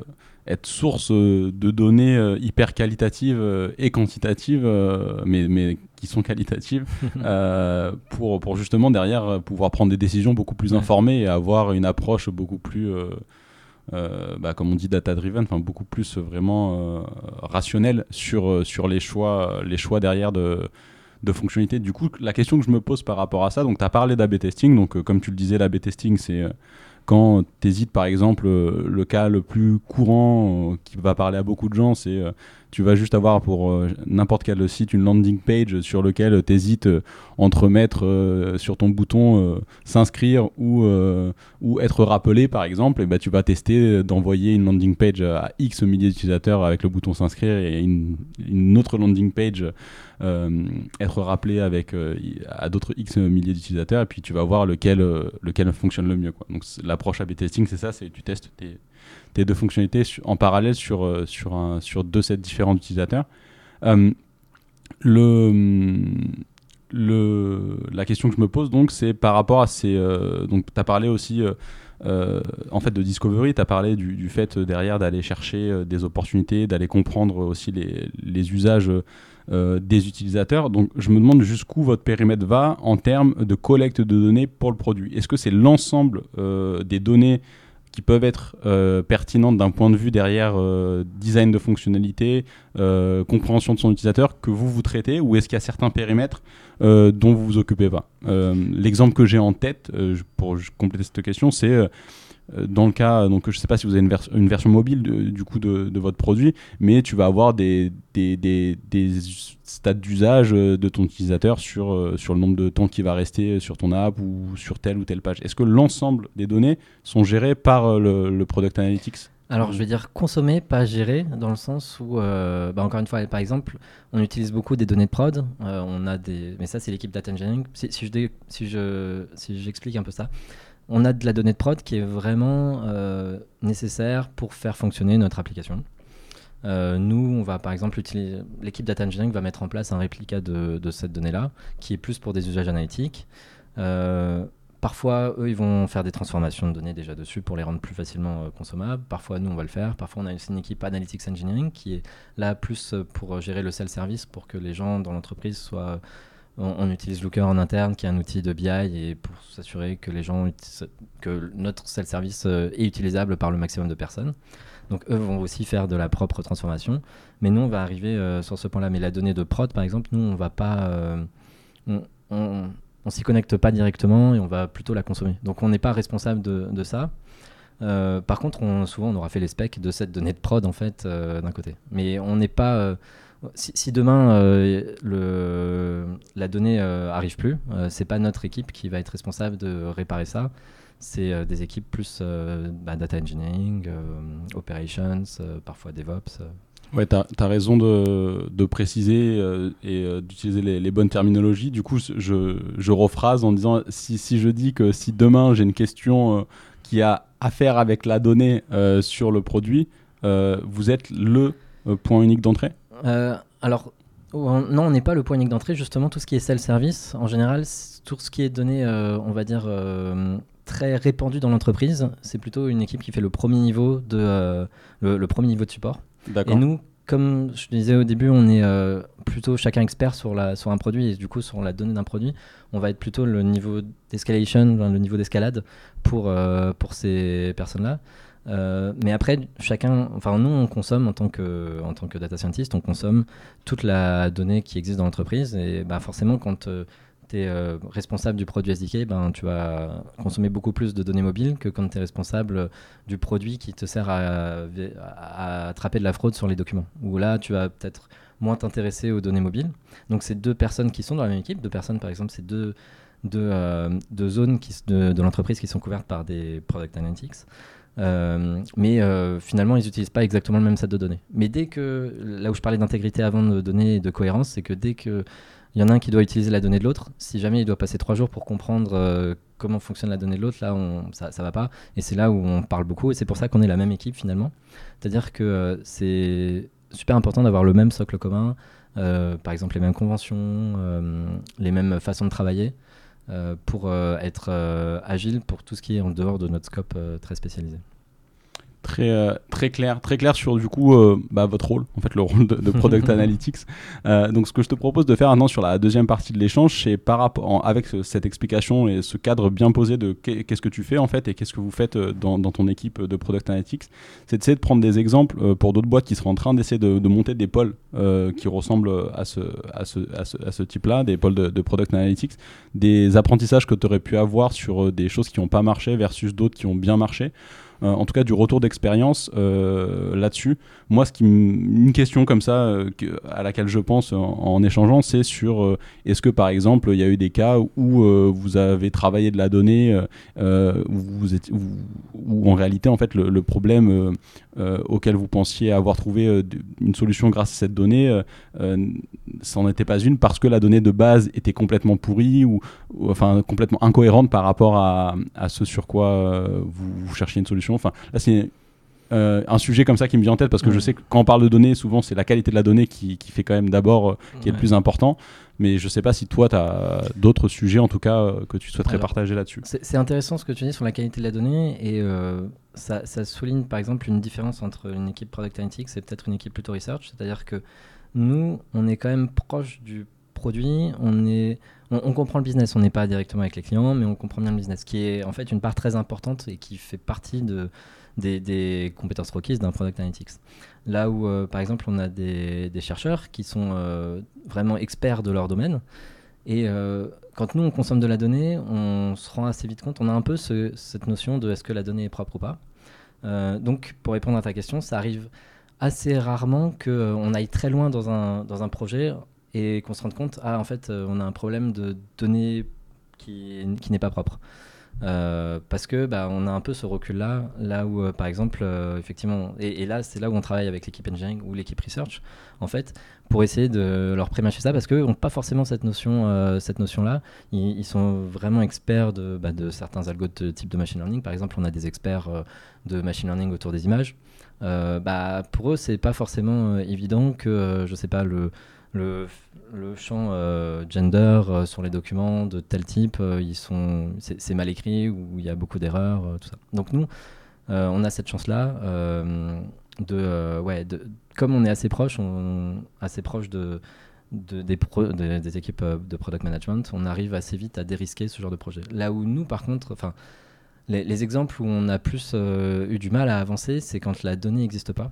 être source euh, de données euh, hyper qualitatives euh, et quantitatives, euh, mais, mais qui sont qualitatives, euh, pour, pour justement derrière pouvoir prendre des décisions beaucoup plus informées et avoir une approche beaucoup plus, euh, euh, bah, comme on dit, data-driven, enfin beaucoup plus vraiment euh, rationnelle sur, sur les choix, les choix derrière de, de fonctionnalités. Du coup, la question que je me pose par rapport à ça, donc tu as parlé d'A B testing, donc euh, comme tu le disais, l'A B testing, c'est... Euh, quand tu hésites, par exemple, euh, le cas le plus courant euh, qui va parler à beaucoup de gens, c'est euh, tu vas juste avoir pour euh, n'importe quel site une landing page sur lequel tu hésites euh, entre mettre euh, sur ton bouton euh, s'inscrire ou, euh, ou être rappelé, par exemple. Et bah, tu vas tester d'envoyer une landing page à X milliers d'utilisateurs avec le bouton s'inscrire et une, une autre landing page euh, être rappelé avec, euh, à d'autres X milliers d'utilisateurs, et puis tu vas voir lequel, euh, lequel fonctionne le mieux, quoi. Donc l'approche A B testing, c'est ça, c'est tu testes tes, tes deux fonctionnalités su- en parallèle sur, euh, sur, un, sur deux sets différents d'utilisateurs. Euh, le, le, la question que je me pose, donc, c'est par rapport à ces... Euh, donc tu as parlé aussi... Euh, Euh, en fait de discovery, tu as parlé du, du fait euh, derrière d'aller chercher euh, des opportunités, d'aller comprendre aussi les, les usages euh, des utilisateurs. Donc je me demande jusqu'où votre périmètre va en termes de collecte de données pour le produit. Est-ce que c'est l'ensemble euh, des données qui peuvent être euh, pertinentes d'un point de vue derrière euh, design de fonctionnalité, euh, compréhension de son utilisateur, que vous vous traitez, ou est-ce qu'il y a certains périmètres euh, dont vous vous occupez pas? euh, L'exemple que j'ai en tête, euh, pour compléter cette question, c'est euh, dans le cas, donc je ne sais pas si vous avez une, vers- une version mobile de, du coup de, de votre produit, mais tu vas avoir des, des, des, des stades d'usage de ton utilisateur sur, euh, sur le nombre de temps qu'il va rester sur ton app ou sur telle ou telle page. Est-ce que l'ensemble des données sont gérées par euh, le, le Product Analytics? Alors, je vais dire consommer, pas gérer, dans le sens où, euh, bah, encore une fois, par exemple, on utilise beaucoup des données de prod. Euh, on a des, mais ça, c'est l'équipe data engineering. Si, si je dé- si je, si j'explique un peu ça, on a de la donnée de prod qui est vraiment euh, nécessaire pour faire fonctionner notre application. Euh, nous, on va par exemple utiliser, l'équipe data engineering va mettre en place un réplica de, de cette donnée-là, qui est plus pour des usages analytiques. Euh, Parfois, eux, ils vont faire des transformations de données déjà dessus pour les rendre plus facilement euh, consommables. Parfois, nous, on va le faire. Parfois, on a aussi une équipe Analytics Engineering qui est là plus euh, pour gérer le self-service, pour que les gens dans l'entreprise soient... On, on utilise Looker en interne, qui est un outil de B I, et pour s'assurer que les gens utis- que notre self-service euh, est utilisable par le maximum de personnes. Donc, eux vont aussi faire de la propre transformation. Mais nous, on va arriver euh, sur ce point-là. Mais la donnée de prod, par exemple, nous, on va pas... Euh, on, on, on s'y connecte pas directement et on va plutôt la consommer. Donc on n'est pas responsable de, de ça. Euh, par contre, on, souvent on aura fait les specs de cette donnée de prod en fait euh, d'un côté. Mais on n'est pas. Euh, si, si demain euh, le, la donnée euh, arrive plus, euh, c'est pas notre équipe qui va être responsable de réparer ça. C'est euh, des équipes plus euh, bah, data engineering, euh, operations, euh, parfois DevOps. Euh. Ouais, tu as raison de, de préciser euh, et euh, d'utiliser les, les bonnes terminologies. Du coup, je, je rephrase en disant, si, si je dis que si demain j'ai une question euh, qui a à faire avec la donnée euh, sur le produit, euh, vous êtes le euh, point unique d'entrée? euh, Alors, on, non, on n'est pas le point unique d'entrée. Justement, tout ce qui est self-service, en général, tout ce qui est donné, euh, on va dire, euh, très répandu dans l'entreprise, c'est plutôt une équipe qui fait le premier niveau de, euh, le, le premier niveau de support. Et nous, comme je disais au début, on est euh, plutôt chacun expert sur, la, sur un produit et du coup sur la donnée d'un produit. On va être plutôt le niveau d'escalation, le niveau d'escalade pour, euh, pour ces personnes-là. Euh, mais après, chacun, enfin nous, on consomme en tant que, en tant que data scientist, on consomme toute la donnée qui existe dans l'entreprise. Et bah, forcément, quand euh, tu es euh, responsable du produit S D K, ben, tu vas consommer beaucoup plus de données mobiles que quand tu es responsable du produit qui te sert à, à attraper de la fraude sur les documents. Où là, tu vas peut-être moins t'intéresser aux données mobiles. Donc, c'est deux personnes qui sont dans la même équipe. Deux personnes, par exemple, c'est deux, deux, euh, deux zones qui, de, de l'entreprise qui sont couvertes par des Product Analytics. Euh, mais euh, finalement, ils n'utilisent pas exactement le même set de données. Mais dès que, là où je parlais d'intégrité avant de données et de cohérence, c'est que dès que il y en a un qui doit utiliser la donnée de l'autre, si jamais il doit passer trois jours pour comprendre euh, comment fonctionne la donnée de l'autre, là, on, ça ne va pas. Et c'est là où on parle beaucoup. Et c'est pour ça qu'on est la même équipe, finalement. C'est-à-dire que euh, c'est super important d'avoir le même socle commun, euh, par exemple les mêmes conventions, euh, les mêmes façons de travailler, euh, pour euh, être euh, agile pour tout ce qui est en dehors de notre scope euh, très spécialisé. Très, euh, très clair, très clair sur du coup euh, bah, votre rôle, en fait le rôle de, de Product Analytics. Euh, donc ce que je te propose de faire maintenant sur la deuxième partie de l'échange, c'est par rapport, en, avec ce, cette explication et ce cadre bien posé de qu'est-ce que tu fais en fait et qu'est-ce que vous faites dans, dans ton équipe de Product Analytics, c'est d'essayer de prendre des exemples euh, pour d'autres boîtes qui seraient en train d'essayer de, de monter des pôles euh, qui ressemblent à ce, à ce, à ce, à ce type-là, des pôles de, de Product Analytics, des apprentissages que tu aurais pu avoir sur euh, des choses qui n'ont pas marché versus d'autres qui ont bien marché. Euh, en tout cas du retour d'expérience euh, là-dessus. Moi, ce qui m... une question comme ça euh, que, à laquelle je pense en, en échangeant, c'est sur euh, est-ce que par exemple il y a eu des cas où euh, vous avez travaillé de la donnée euh, où, vous êtes, où, où en réalité en fait le, le problème euh, euh, auquel vous pensiez avoir trouvé euh, une solution grâce à cette donnée, euh, euh, ça n'en était pas une parce que la donnée de base était complètement pourrie ou, ou enfin complètement incohérente par rapport à, à ce sur quoi euh, vous, vous cherchiez une solution. Enfin, là, c'est euh, un sujet comme ça qui me vient en tête parce que mmh. je sais que quand on parle de données, souvent, c'est la qualité de la donnée qui, qui fait quand même d'abord, euh, qui ouais. est le plus important. Mais je ne sais pas si toi, tu as d'autres sujets, en tout cas, euh, que tu souhaiterais Alors, partager là-dessus. C'est, c'est intéressant ce que tu dis sur la qualité de la donnée et euh, ça, ça souligne, par exemple, une différence entre une équipe Product Analytics et peut-être une équipe plutôt Research. C'est-à-dire que nous, on est quand même proche du produit, on est... On, on comprend le business, on n'est pas directement avec les clients, mais on comprend bien le business, qui est en fait une part très importante et qui fait partie de, des, des compétences requises d'un Product Analytics. Là où, euh, par exemple, on a des, des chercheurs qui sont euh, vraiment experts de leur domaine, et euh, quand nous, on consomme de la donnée, on se rend assez vite compte, on a un peu ce, cette notion de est-ce que la donnée est propre ou pas. Euh, donc, pour répondre à ta question, ça arrive assez rarement qu'on aille très loin dans un, dans un projet et qu'on se rende compte, ah, en fait, euh, on a un problème de données qui, qui n'est pas propre. Euh, parce que bah, on a un peu ce recul-là, là où, euh, par exemple, euh, effectivement, et, et là, c'est là où on travaille avec l'équipe engineering ou l'équipe research, en fait, pour essayer de leur prémâcher ça, parce qu'eux n'ont pas forcément cette, notion, euh, cette notion-là. Ils, ils sont vraiment experts de, bah, de certains algos de type de machine learning. Par exemple, on a des experts euh, de machine learning autour des images. Euh, bah, pour eux, c'est pas forcément euh, évident que, euh, je sais pas, le Le, le champ euh, gender euh, sur les documents de tel type, euh, ils sont, c'est, c'est mal écrit ou il y a beaucoup d'erreurs, euh, tout ça. Donc nous, euh, on a cette chance-là euh, de, euh, ouais, de, comme on est assez proche, on, assez proche de, de, des, pro, de, des équipes de product management, on arrive assez vite à dérisquer ce genre de projet. Là où nous, par contre, enfin, les, les exemples où on a plus euh, eu du mal à avancer, c'est quand la donnée n'existe pas.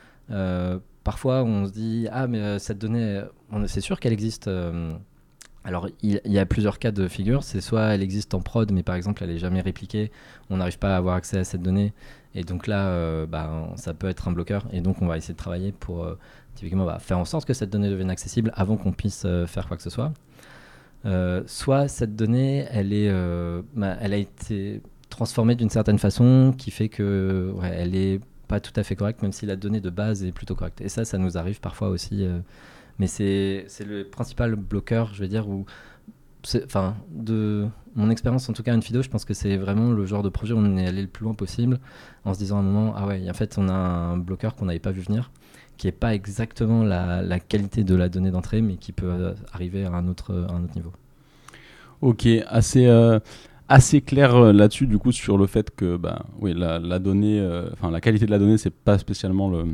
Euh, Parfois, on se dit « Ah, mais euh, cette donnée, on, c'est sûr qu'elle existe. Euh, » Alors, il, il y a plusieurs cas de figure. C'est soit elle existe en prod, mais par exemple, elle n'est jamais répliquée. On n'arrive pas à avoir accès à cette donnée. Et donc là, euh, bah, ça peut être un bloqueur. Et donc, on va essayer de travailler pour euh, typiquement bah, faire en sorte que cette donnée devienne accessible avant qu'on puisse euh, faire quoi que ce soit. Euh, soit cette donnée, elle, est, euh, bah, elle a été transformée d'une certaine façon qui fait que ouais, elle est pas tout à fait correct, même si la donnée de base est plutôt correcte. Et ça, ça nous arrive parfois aussi. Euh, mais c'est, c'est le principal bloqueur, je vais dire, où, enfin, de mon expérience, en tout cas, à Onfido, je pense que c'est vraiment le genre de projet où on est allé le plus loin possible, en se disant à un moment, ah ouais, en fait, on a un bloqueur qu'on n'avait pas vu venir, qui n'est pas exactement la, la qualité de la donnée d'entrée, mais qui peut arriver à un autre, à un autre niveau. Ok, assez... Euh... assez clair euh, là-dessus du coup sur le fait que bah oui la, la donnée enfin euh, la qualité de la donnée c'est pas spécialement le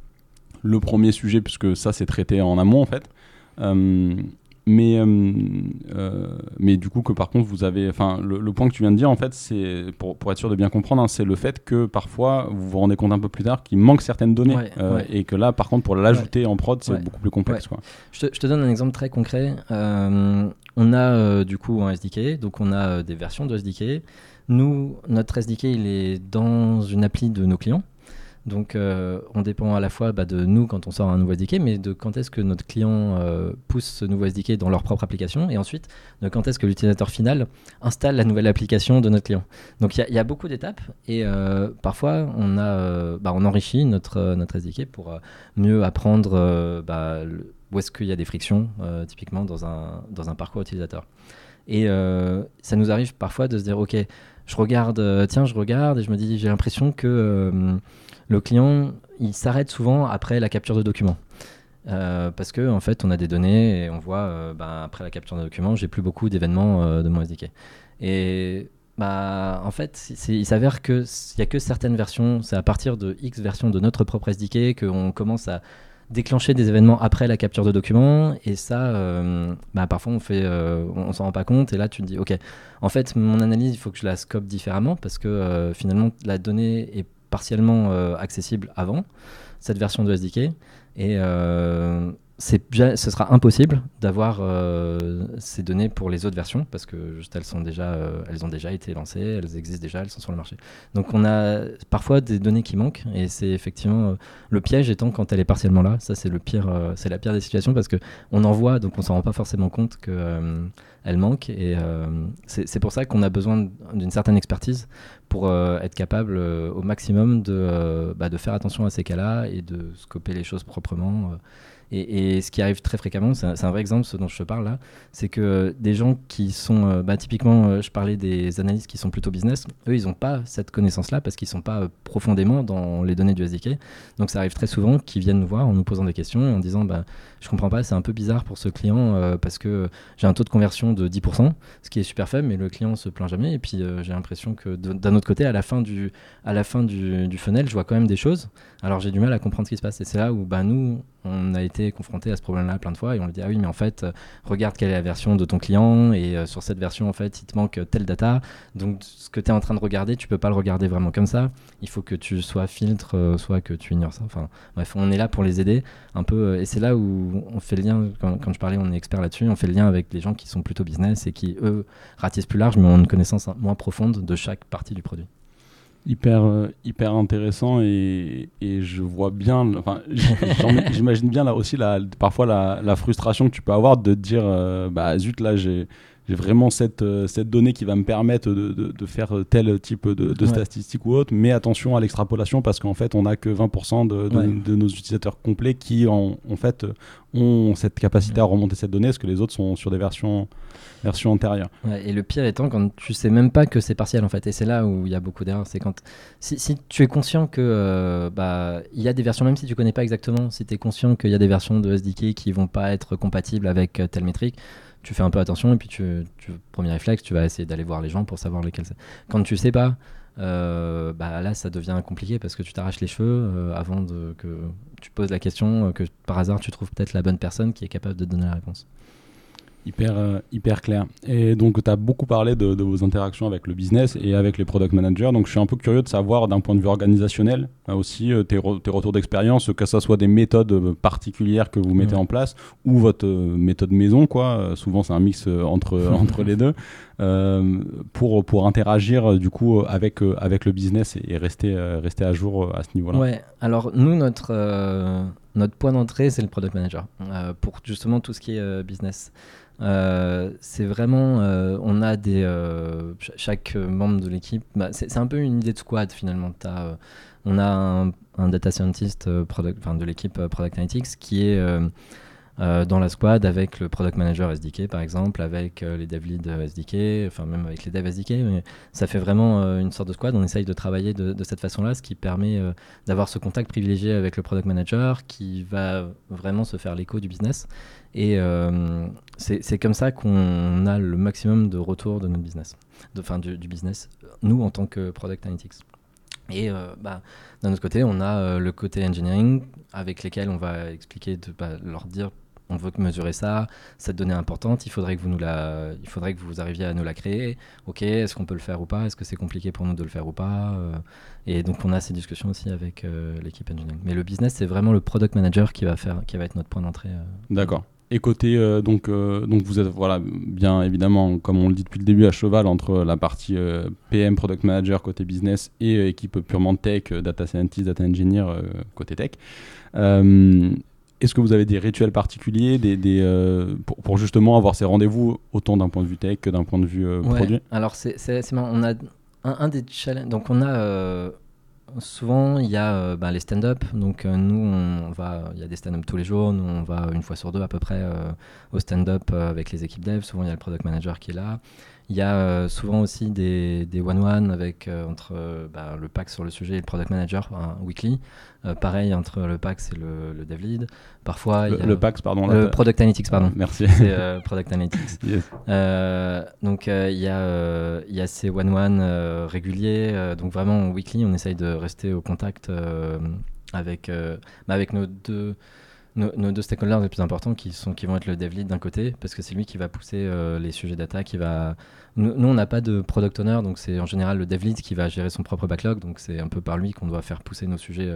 le premier sujet puisque ça c'est traité en amont en fait euh, mais euh, euh, mais du coup que par contre vous avez enfin le, le point que tu viens de dire en fait c'est pour pour être sûr de bien comprendre hein, c'est le fait que parfois vous vous rendez compte un peu plus tard qu'il manque certaines données ouais, euh, ouais. et que là par contre pour l'ajouter ouais. en prod c'est ouais. beaucoup plus complexe ouais. quoi. Je te, je te donne un exemple très concret. Euh, on a euh, du coup un S D K, donc on a euh, des versions de S D K. Nous, notre S D K il est dans une appli de nos clients. Donc, euh, on dépend à la fois bah, de nous quand on sort un nouveau S D K, mais de quand est-ce que notre client euh, pousse ce nouveau S D K dans leur propre application, et ensuite de quand est-ce que l'utilisateur final installe la nouvelle application de notre client. Donc, il y, y a beaucoup d'étapes, et euh, parfois, on, a, euh, bah, on enrichit notre, euh, notre S D K pour euh, mieux apprendre euh, bah, le, où est-ce qu'il y a des frictions, euh, typiquement dans un, dans un parcours utilisateur. Et euh, ça nous arrive parfois de se dire, ok, je regarde, euh, tiens, je regarde, et je me dis, j'ai l'impression que... Euh, le client, il s'arrête souvent après la capture de document. Euh, parce qu'en en fait, on a des données et on voit, euh, bah, après la capture de document, j'ai plus beaucoup d'événements euh, de mon S D K. Et Bah, en fait, c'est, c'est, il s'avère qu'il n'y a que certaines versions, c'est à partir de X versions de notre propre S D K qu'on commence à déclencher des événements après la capture de documents. Et ça, euh, bah, parfois, on fait, euh, on, on s'en rend pas compte. Et là, tu te dis, OK, en fait, mon analyse, il faut que je la scope différemment parce que euh, finalement, la donnée est partiellement euh, accessible avant cette version de S D K. Et euh, c'est, ce sera impossible d'avoir euh, ces données pour les autres versions parce que juste elles sont déjà, euh, elles ont déjà été lancées, elles existent déjà, elles sont sur le marché. Donc on a parfois des données qui manquent et c'est effectivement euh, le piège étant quand elle est partiellement là. Ça c'est le pire, euh, c'est la pire des situations parce que on en voit donc on s'en rend pas forcément compte que euh, elle manque et euh, c'est, c'est pour ça qu'on a besoin d'une certaine expertise pour euh, être capable euh, au maximum de, euh, bah, de faire attention à ces cas-là et de scoper les choses proprement. Euh, Et, et ce qui arrive très fréquemment, c'est un, c'est un vrai exemple, ce dont je te parle là, c'est que euh, des gens qui sont, euh, bah, typiquement, euh, je parlais des analystes qui sont plutôt business, eux, ils n'ont pas cette connaissance-là parce qu'ils ne sont pas euh, profondément dans les données du S D K. Donc ça arrive très souvent qu'ils viennent nous voir en nous posant des questions et en disant, bah, je ne comprends pas, c'est un peu bizarre pour ce client euh, parce que j'ai un taux de conversion de dix pour cent, ce qui est super faible, mais le client ne se plaint jamais. Et puis euh, j'ai l'impression que de, d'un autre côté, à la fin, du, à la fin du, du funnel, je vois quand même des choses. Alors j'ai du mal à comprendre ce qui se passe. Et c'est là où bah, nous, on a été confronté à ce problème-là plein de fois et on lui dit ah oui mais en fait euh, regarde quelle est la version de ton client et euh, sur cette version en fait il te manque telle data donc ce que tu es en train de regarder tu peux pas le regarder vraiment comme ça, il faut que tu sois filtre euh, soit que tu ignores ça, enfin bref on est là pour les aider un peu euh, et c'est là où on fait le lien quand, quand je parlais on est expert là-dessus, on fait le lien avec les gens qui sont plutôt business et qui eux ratissent plus large mais ont une connaissance moins profonde de chaque partie du produit. Hyper, euh, hyper intéressant et, et je vois bien, enfin, j'imagine bien là aussi la, parfois la, la frustration que tu peux avoir de te dire euh, bah zut là j'ai, j'ai vraiment cette, euh, cette donnée qui va me permettre de, de, de faire tel type de, de Ouais. statistiques ou autre, mais attention à l'extrapolation parce qu'en fait on n'a que vingt pour cent de, de, Ouais. de nos utilisateurs complets qui en, en fait ont cette capacité Ouais. à remonter cette donnée parce que les autres sont sur des versions version antérieure. Ouais, et le pire étant quand tu sais même pas que c'est partiel en fait, et c'est là où il y a beaucoup d'erreurs. C'est quand si, si tu es conscient que euh, bah il y a des versions, même si tu connais pas exactement, si tu es conscient qu'il y a des versions de S D K qui vont pas être compatibles avec euh, telle métrique, tu fais un peu attention et puis tu, tu premier réflexe, tu vas essayer d'aller voir les gens pour savoir lesquels c'est. Quand tu sais pas, euh, bah là ça devient compliqué parce que tu t'arraches les cheveux euh, avant de que tu poses la question, euh, que par hasard tu trouves peut-être la bonne personne qui est capable de te donner la réponse. Hyper, euh, hyper clair. Et donc, tu as beaucoup parlé de, de vos interactions avec le business et avec les product managers. Donc, je suis un peu curieux de savoir, d'un point de vue organisationnel, euh, aussi euh, tes, re- tes retours d'expérience, que ce soit des méthodes euh, particulières que vous mettez Ouais. en place ou votre euh, méthode maison, quoi. Euh, souvent, c'est un mix euh, entre, entre les deux, euh, pour, pour interagir, euh, du coup, avec, euh, avec le business et, et rester, euh, rester à jour euh, à ce niveau-là. Ouais, alors nous, notre, euh, notre point d'entrée, c'est le product manager, euh, pour justement tout ce qui est euh, business. Euh, c'est vraiment, euh, on a des, euh, ch- chaque membre de l'équipe, bah, c'est, c'est un peu une idée de squad finalement. T'as, euh, on a un, un data scientist euh, product, enfin, de l'équipe euh, Product Analytics qui est euh, euh, dans la squad avec le product manager S D K par exemple, avec euh, les dev leads S D K, enfin même avec les devs S D K. Mais ça fait vraiment euh, une sorte de squad. On essaye de travailler de, de cette façon-là, ce qui permet euh, d'avoir ce contact privilégié avec le product manager qui va vraiment se faire l'écho du business. Et euh, c'est, c'est comme ça qu'on a le maximum de retour de notre business, enfin du, du business, nous en tant que product analytics. Et euh, bah, d'un autre côté, on a euh, le côté engineering avec lesquels on va expliquer, de, bah, leur dire on veut mesurer ça, cette donnée est importante, il faudrait que vous nous la, il faudrait que vous arriviez à nous la créer. Ok, est-ce qu'on peut le faire ou pas? Est-ce que c'est compliqué pour nous de le faire ou pas? euh, Et donc on a ces discussions aussi avec euh, l'équipe engineering. Mais le business, c'est vraiment le product manager qui va faire, qui va être notre point d'entrée. Euh, D'accord. Et côté, euh, donc, euh, donc vous êtes voilà, bien évidemment, comme on le dit depuis le début, à cheval entre la partie euh, P M, Product Manager côté business et euh, équipe purement tech, euh, Data Scientist, Data Engineer euh, côté tech. Euh, est-ce que vous avez des rituels particuliers des, des, euh, pour, pour justement avoir ces rendez-vous autant d'un point de vue tech que d'un point de vue euh, ouais. produit? Alors c'est, c'est, c'est marrant, on a un, un des challenges, donc on a... Euh, souvent, il y a euh, bah, les stand-up. Donc, euh, nous, on va, il y a des stand-up tous les jours. Nous, on va une fois sur deux à peu près euh, au stand-up euh, avec les équipes dev. Souvent, il y a le product manager qui est là. Il y a euh, souvent aussi des, des one-one avec, euh, entre euh, bah, le P A X sur le sujet et le product manager, un weekly. Euh, pareil entre le P A X et le, le dev lead. Parfois, le, il y a le P A X, pardon. le Là, product analytics, pardon. Ah, merci. C'est euh, product analytics. Yes. Euh, donc euh, il y, euh, y a ces one-one euh, réguliers. Euh, donc vraiment, weekly, on essaye de rester au contact euh, avec, euh, bah, avec nos deux... Nos, nos deux stakeholders les plus importants qui, sont, qui vont être le dev lead d'un côté, parce que c'est lui qui va pousser euh, les sujets data, qui va... Nous, nous on n'a pas de product owner, donc c'est en général le dev lead qui va gérer son propre backlog, donc c'est un peu par lui qu'on doit faire pousser nos sujets,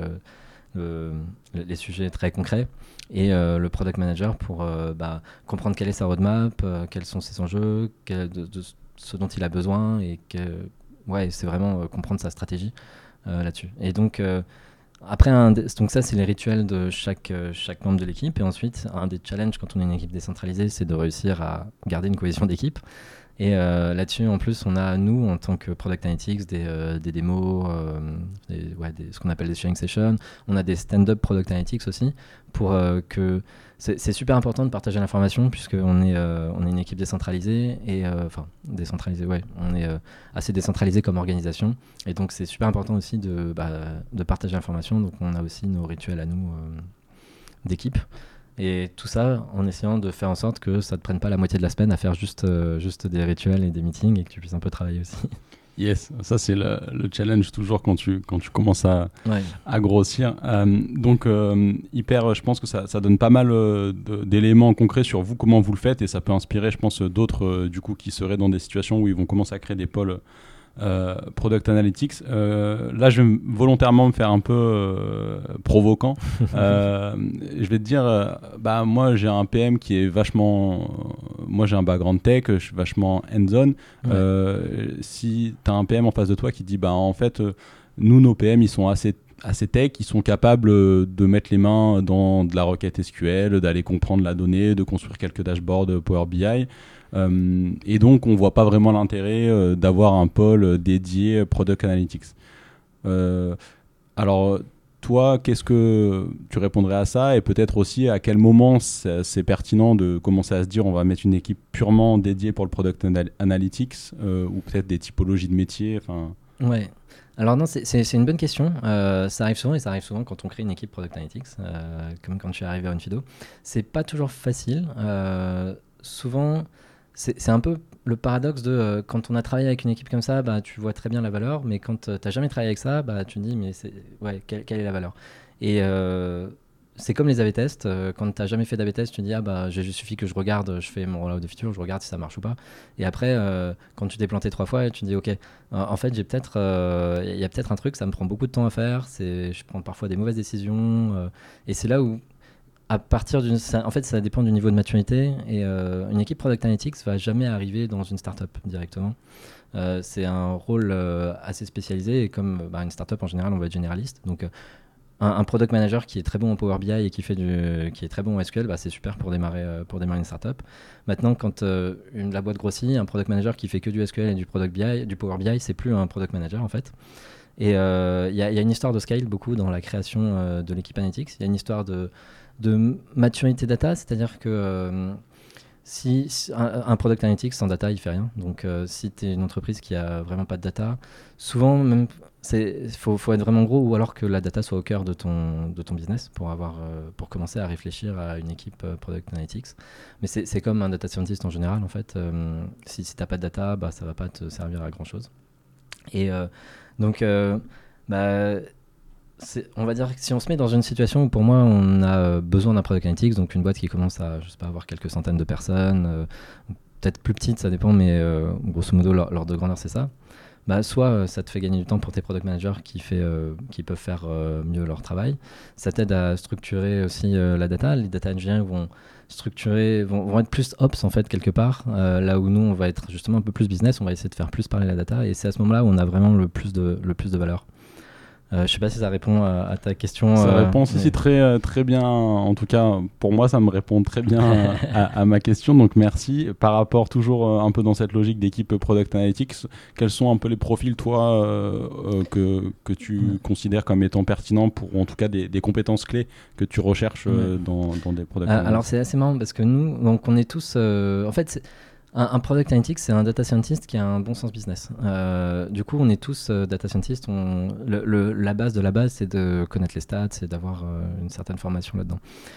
euh, le, les sujets très concrets, et euh, le product manager pour euh, bah, comprendre quelle est sa roadmap, euh, quels sont ses enjeux, quel, de, de ce dont il a besoin, et que, ouais, c'est vraiment euh, comprendre sa stratégie euh, là-dessus. Et donc... Euh, Après, un, donc ça, c'est les rituels de chaque, euh, chaque membre de l'équipe. Et ensuite, un des challenges quand on est une équipe décentralisée, c'est de réussir à garder une cohésion d'équipe. Et euh, là-dessus, en plus, on a, nous, en tant que Product Analytics, des, euh, des démos, euh, des, ouais, des, ce qu'on appelle des sharing sessions. On a des stand-up Product Analytics aussi, pour euh, que... C'est, c'est super important de partager l'information, puisqu'on est, euh, on est une équipe décentralisée, et euh, enfin, décentralisée, ouais, on est euh, assez décentralisé comme organisation. Et donc, c'est super important aussi de, bah, de partager l'information. Donc, on a aussi nos rituels à nous euh, d'équipe. Et tout ça en essayant de faire en sorte que ça ne te prenne pas la moitié de la semaine à faire juste, euh, juste des rituels et des meetings, et que tu puisses un peu travailler aussi. Yes, ça c'est le, le challenge toujours quand tu, quand tu commences à, ouais. à grossir. Euh, donc euh, hyper, je pense que ça, ça donne pas mal euh, de, d'éléments concrets sur vous, comment vous le faites, et ça peut inspirer, je pense, d'autres euh, du coup qui seraient dans des situations où ils vont commencer à créer des pôles Euh, Product Analytics. Euh, là, je vais volontairement me faire un peu euh, provoquant. euh, je vais te dire, euh, bah, moi, j'ai un P M qui est vachement... Euh, moi, j'ai un background tech, je suis vachement hands-on. Ouais. Euh, si tu as un P M en face de toi qui te dit, bah, en fait, euh, nous, nos P M, ils sont assez assez tech, ils sont capables de mettre les mains dans de la requête S Q L, d'aller comprendre la donnée, de construire quelques dashboards Power B I. Euh, et donc, on ne voit pas vraiment l'intérêt euh, d'avoir un pôle dédié Product Analytics. Euh, alors, toi, qu'est-ce que tu répondrais à ça? Et peut-être aussi, à quel moment c'est, c'est pertinent de commencer à se dire on va mettre une équipe purement dédiée pour le Product anal- Analytics euh, ou peut-être des typologies de métiers enfin... Ouais. Alors non, c'est, c'est, c'est une bonne question. Euh, ça arrive souvent, et ça arrive souvent quand on crée une équipe Product Analytics, euh, comme quand je suis arrivé à Onfido. C'est pas toujours facile. Euh, souvent, c'est, c'est un peu le paradoxe de euh, quand on a travaillé avec une équipe comme ça, bah, tu vois très bien la valeur, mais quand euh, tu n'as jamais travaillé avec ça, bah, tu te dis, mais c'est, ouais, quelle, quelle est la valeur? Et euh, c'est comme les A B tests. Euh, quand tu n'as jamais fait d'A B test, tu te dis, ah bah, il suffit que je regarde, je fais mon rollout de feature, je regarde si ça marche ou pas. Et après, euh, quand tu t'es planté trois fois, tu te dis, ok, en fait, j'ai peut-être, il euh, y a peut-être un truc, ça me prend beaucoup de temps à faire, c'est, je prends parfois des mauvaises décisions, euh, et c'est là où, à partir d'une, ça, en fait, ça dépend du niveau de maturité, et euh, une équipe Product Analytics va jamais arriver dans une startup directement. Euh, c'est un rôle euh, assez spécialisé, et comme bah, une startup en général, on va être généraliste, donc euh, un, un product manager qui est très bon en Power B I et qui fait du, qui est très bon en S Q L, bah, c'est super pour démarrer, euh, pour démarrer une startup. Maintenant, quand euh, une, la boîte grossit, un product manager qui fait que du S Q L et du product B I, du Power B I, c'est plus un product manager en fait. Et il euh, y, y a une histoire de scale beaucoup dans la création euh, de l'équipe Analytics. Il y a une histoire de, de maturité data, c'est-à-dire que euh, si, si un, un product analytics sans data, il fait rien. Donc, euh, si tu es une entreprise qui a vraiment pas de data, souvent, même, il faut, faut être vraiment gros, ou alors que la data soit au cœur de ton, de ton business pour, avoir, euh, pour commencer à réfléchir à une équipe euh, product analytics. Mais c'est, c'est comme un data scientist en général, en fait. Euh, si si tu n'as pas de data, bah, ça va pas te servir à grand-chose. Et euh, donc, euh, bah, c'est, on va dire que si on se met dans une situation où pour moi on a besoin d'un product analytics, donc une boîte qui commence à, je sais pas, avoir quelques centaines de personnes, euh, peut-être plus petite, ça dépend, mais euh, grosso modo l'ordre de grandeur c'est ça. Bah, soit euh, ça te fait gagner du temps pour tes product managers qui, fait, euh, qui peuvent faire euh, mieux leur travail. Ça t'aide à structurer aussi euh, la data. Les data engineers vont structurer, vont, vont être plus ops en fait quelque part. Euh, là où nous on va être justement un peu plus business, on va essayer de faire plus parler la data, et c'est à ce moment-là où on a vraiment le plus de, le plus de valeur. Euh, je sais pas si ça répond à, à ta question. Ça euh, répond aussi mais... très, très bien, en tout cas pour moi ça me répond très bien à, à ma question, donc merci. Par rapport toujours un peu dans cette logique d'équipe Product Analytics, quels sont un peu les profils toi euh, euh, que, que tu ouais. considères comme étant pertinents pour en tout cas des, des compétences clés que tu recherches euh, ouais. dans, dans des Product Analytics? Alors c'est assez marrant parce que nous, donc on est tous, euh, en fait c'est... Un, un product analytics, c'est un data scientist qui a un bon sens business. Euh, du coup, on est tous euh, data scientists. On, le, le, la base de la base, c'est de connaître les stats, c'est d'avoir euh, une certaine formation là-dedans.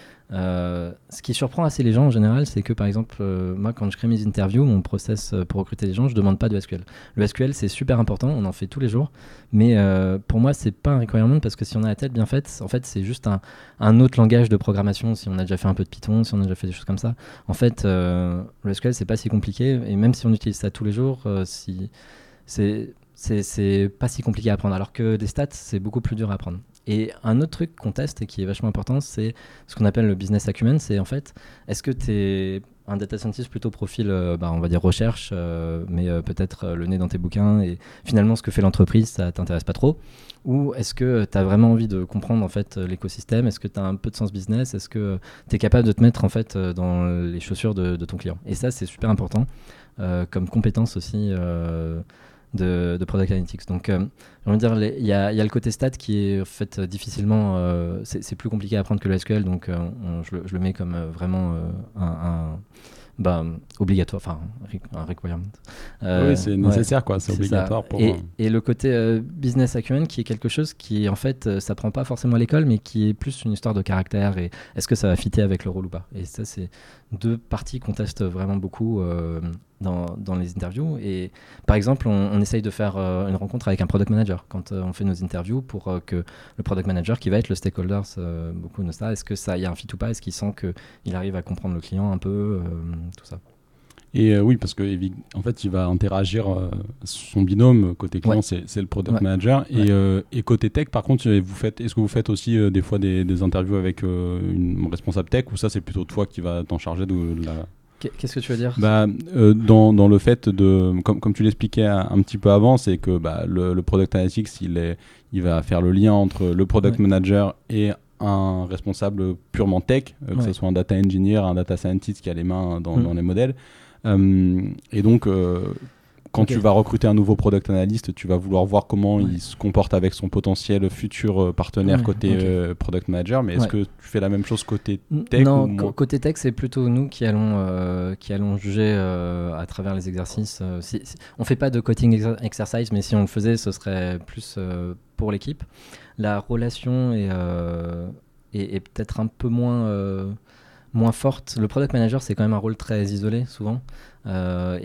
Euh, ce qui surprend assez les gens en général, c'est que par exemple, euh, moi quand je crée mes interviews, mon process pour recruter des gens, je demande pas de S Q L. Le S Q L c'est super important, on en fait tous les jours, mais euh, pour moi c'est pas un requirement parce que si on a la tête bien faite, en fait c'est juste un, un autre langage de programmation. Si on a déjà fait un peu de Python, si on a déjà fait des choses comme ça, en fait euh, le S Q L c'est pas si compliqué et même si on utilise ça tous les jours, euh, si c'est c'est, c'est pas si compliqué à apprendre, alors que des stats, c'est beaucoup plus dur à apprendre. Et un autre truc qu'on teste et qui est vachement important, c'est ce qu'on appelle le business acumen. C'est en fait, est-ce que tu es un data scientist plutôt profil, euh, bah, on va dire recherche, euh, mais euh, peut-être euh, le nez dans tes bouquins et finalement ce que fait l'entreprise, ça t'intéresse pas trop? Ou est-ce que tu as vraiment envie de comprendre en fait l'écosystème? Est-ce que tu as un peu de sens business? Est-ce que tu es capable de te mettre en fait dans les chaussures de, de ton client? Et ça, c'est super important euh, comme compétence aussi. Euh, De, de Product Analytics. Donc, euh, j'ai envie de dire, il y, y a le côté stat qui est en fait difficilement, euh, c'est, c'est plus compliqué à apprendre que le S Q L, donc euh, on, je, le, je le mets comme euh, vraiment euh, un, un bah, obligatoire, enfin un requirement. Euh, oui, c'est nécessaire, ouais, quoi, c'est, c'est obligatoire. Ça. Pour... Et, et le côté euh, business acumen qui est quelque chose qui, en fait, euh, ça prend pas forcément à l'école, mais qui est plus une histoire de caractère et est-ce que ça va fitter avec le rôle ou pas. Et ça, c'est deux parties qu'on teste vraiment beaucoup euh, dans, dans les interviews. Et par exemple, on, on essaye de faire euh, une rencontre avec un product manager quand euh, on fait nos interviews pour euh, que le product manager, qui va être le stakeholder, euh, beaucoup de ça, est-ce que ça y a un fit ou pas, est-ce qu'il sent qu'il arrive à comprendre le client un peu, euh, tout ça. Et euh, oui, parce que en fait, il va interagir euh, son binôme côté client, ouais. c'est, c'est le product ouais. manager. Et, ouais. euh, et côté tech, par contre, vous faites, est-ce que vous faites aussi euh, des fois des, des interviews avec euh, une responsable tech, ou ça, c'est plutôt toi qui va t'en charger de la... Qu'est-ce que tu veux dire? bah, euh, dans, dans le fait de, comme, comme tu l'expliquais un, un petit peu avant, c'est que bah, le, le product analytics, il, est, il va faire le lien entre le product ouais. manager et un responsable purement tech, euh, que ouais. ce soit un data engineer, un data scientist qui a les mains dans, mmh. dans les modèles. Euh, et donc, euh, quand okay. tu vas recruter un nouveau product analyst, tu vas vouloir voir comment ouais. il se comporte avec son potentiel futur partenaire ouais, côté okay. euh, product manager. Mais est-ce ouais. que tu fais la même chose côté tech? Non, ou moins c- côté tech, c'est plutôt nous qui allons, euh, qui allons juger euh, à travers les exercices. Euh, si, si, on ne fait pas de coding ex- exercise, mais si on le faisait, ce serait plus euh, pour l'équipe. La relation est, euh, est, est peut-être un peu moins... Euh, moins forte. Le product manager, c'est quand même un rôle très isolé souvent euh,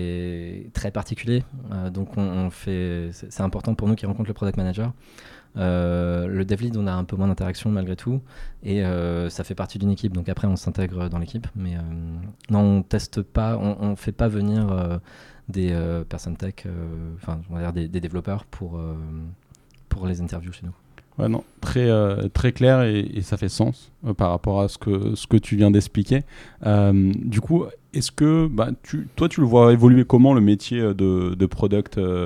et très particulier. Euh, donc on, on fait, c'est, c'est important pour nous qui rencontrent le product manager. Euh, le dev lead, on a un peu moins d'interaction malgré tout et euh, ça fait partie d'une équipe. Donc après, on s'intègre dans l'équipe, mais euh, non, on teste pas, on, on fait pas venir euh, des euh, personnes tech, enfin, euh, on va dire des, des développeurs pour euh, pour les interviews chez nous. Ouais, non, très, euh, très clair et, et ça fait sens euh, par rapport à ce que, ce que tu viens d'expliquer. Euh, du coup, est-ce que bah, tu, toi, tu le vois évoluer comment le métier de, de, product, euh,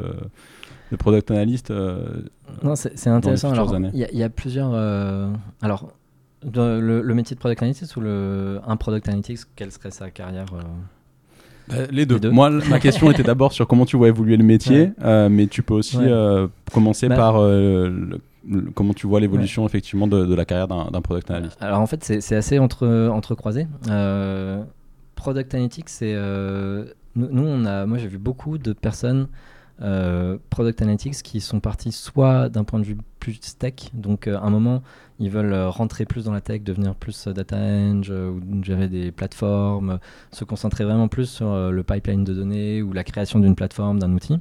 de product analyst euh, Non, c'est, c'est intéressant. Il y, y a plusieurs. Euh, alors, de, le, le métier de product analyst ou le, un product analytics, quelle serait sa carrière euh Bah, les, deux. les deux. Moi, ma question était d'abord sur comment tu vois évoluer le métier, ouais. euh, mais tu peux aussi ouais. euh, commencer bah, par euh, le, le, comment tu vois l'évolution ouais. effectivement de, de la carrière d'un, d'un product analyst. Alors en fait, c'est, c'est assez entre, entrecroisé. Euh, product analytics, c'est euh, nous, nous, on a, moi j'ai vu beaucoup de personnes euh, product analytics qui sont partis soit d'un point de vue plus tech, donc euh, à un moment ils veulent rentrer plus dans la tech, devenir plus data eng euh, ou gérer des plateformes, euh, se concentrer vraiment plus sur euh, le pipeline de données ou la création d'une plateforme, d'un outil.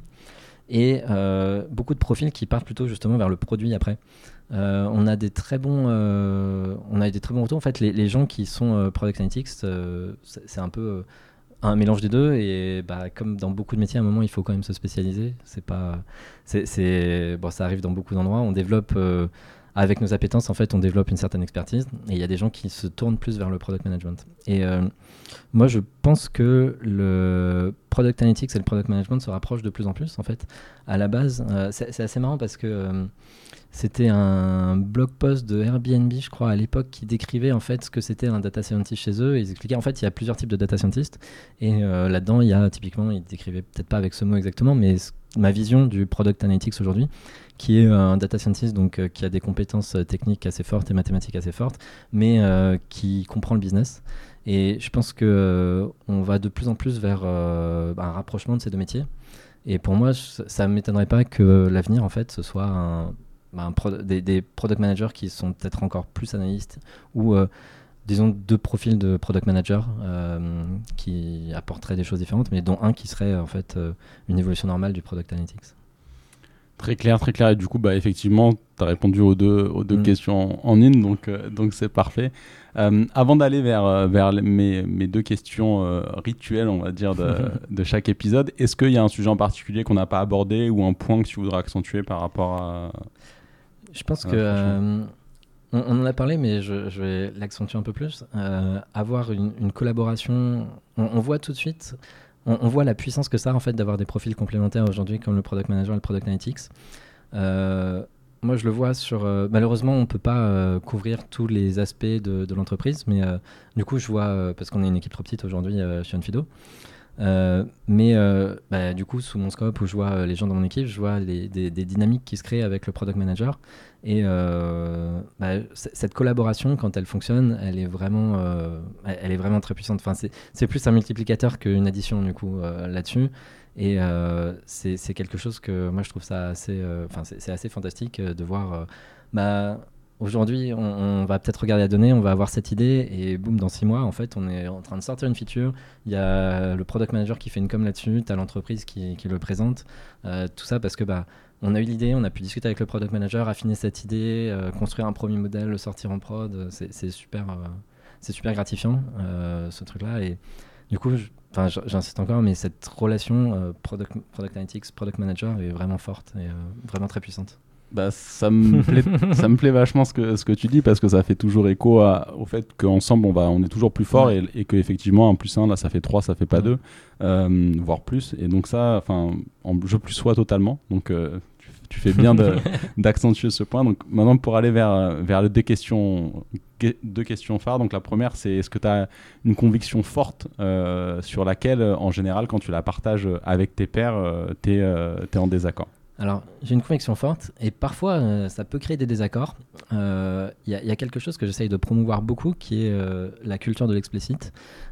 Et euh, beaucoup de profils qui partent plutôt justement vers le produit après. Euh, on a des très bons, euh, on a des très bons retours. En fait, les, les gens qui sont euh, product analytics, euh, c'est, c'est un peu euh, un mélange des deux. Et bah, comme dans beaucoup de métiers, à un moment, il faut quand même se spécialiser. C'est pas, c'est, c'est, bon, ça arrive dans beaucoup d'endroits. On développe euh, avec nos appétences, en fait, on développe une certaine expertise. Et il y a des gens qui se tournent plus vers le product management. Et euh, moi, je pense que le product analytics et le product management se rapprochent de plus en plus. En fait, à la base, euh, c'est, c'est assez marrant parce que euh, c'était un blog post de Airbnb, je crois, à l'époque, qui décrivait en fait ce que c'était un data scientist chez eux. Et ils expliquaient en fait il y a plusieurs types de data scientists. Et euh, là-dedans, il y a typiquement, ils décrivaient peut-être pas avec ce mot exactement, mais ma vision du product analytics aujourd'hui, qui est un data scientist, donc euh, qui a des compétences techniques assez fortes et mathématiques assez fortes, mais euh, qui comprend le business. Et je pense que euh, on va de plus en plus vers euh, un rapprochement de ces deux métiers. Et pour moi, ça ne m'étonnerait pas que l'avenir, en fait, ce soit un, un pro- des, des product managers qui sont peut-être encore plus analystes ou, euh, disons, deux profils de product manager euh, qui apporteraient des choses différentes, mais dont un qui serait, en fait, euh, une évolution normale du product analytics. Très clair, très clair. Et du coup, bah, effectivement, tu as répondu aux deux, aux deux mmh. questions en, en une, donc, euh, donc c'est parfait. Euh, avant d'aller vers, vers mes, mes deux questions euh, rituelles, on va dire, de, de chaque épisode, est-ce qu'il y a un sujet en particulier qu'on n'a pas abordé ou un point que tu voudrais accentuer par rapport à... Je pense que... Euh, on, on en a parlé, mais je, je vais l'accentuer un peu plus. Euh, avoir une, une collaboration... On, on voit tout de suite... On, on voit la puissance que ça a en fait, d'avoir des profils complémentaires aujourd'hui comme le Product Manager et le Product Analytics. Euh, moi, je le vois sur... Euh, malheureusement, on ne peut pas euh, couvrir tous les aspects de, de l'entreprise, mais euh, du coup, je vois... Euh, parce qu'on est une équipe trop petite aujourd'hui euh, chez Onfido. Euh, mais euh, bah, du coup, sous mon scope où je vois euh, les gens dans mon équipe, je vois les, des, des dynamiques qui se créent avec le Product Manager. Et euh, bah, c- cette collaboration, quand elle fonctionne, elle est vraiment, euh, elle est vraiment très puissante. Enfin, c'est, c'est plus un multiplicateur qu'une addition du coup euh, là-dessus. Et euh, c'est, c'est quelque chose que moi je trouve ça assez, enfin euh, c'est, c'est assez fantastique euh, de voir. Euh, bah, aujourd'hui, on, on va peut-être regarder la donnée, on va avoir cette idée et boum, dans six mois, en fait, on est en train de sortir une feature. Il y a le product manager qui fait une com là-dessus, tu as l'entreprise qui, qui le présente. Euh, tout ça parce que bah, on a eu l'idée, on a pu discuter avec le product manager, affiner cette idée, euh, construire un premier modèle, le sortir en prod. C'est, c'est, super, euh, c'est super gratifiant, euh, ce truc-là. Et du coup, je, Enfin, j'insiste encore, mais cette relation euh, product, product analytics, product manager est vraiment forte et euh, vraiment très puissante. Bah, ça me plaît, ça me plaît vachement ce que, ce que tu dis parce que ça fait toujours écho à, au fait qu'ensemble on, va, on est toujours plus fort ouais. et, et qu'effectivement un plus un, là ça fait trois, ça fait pas ouais. deux, euh, voire plus. Et donc ça, enfin, je plus sois totalement. Donc euh, tu, tu fais bien de, d'accentuer ce point. Donc maintenant pour aller vers, vers les deux questions, deux questions phares. Donc la première c'est est-ce que tu as une conviction forte euh, sur laquelle en général quand tu la partages avec tes pairs, euh, tu es euh, en désaccord? Alors, j'ai une conviction forte et parfois euh, ça peut créer des désaccords. Il euh, y, y a quelque chose que j'essaye de promouvoir beaucoup qui est euh, la culture de l'explicite.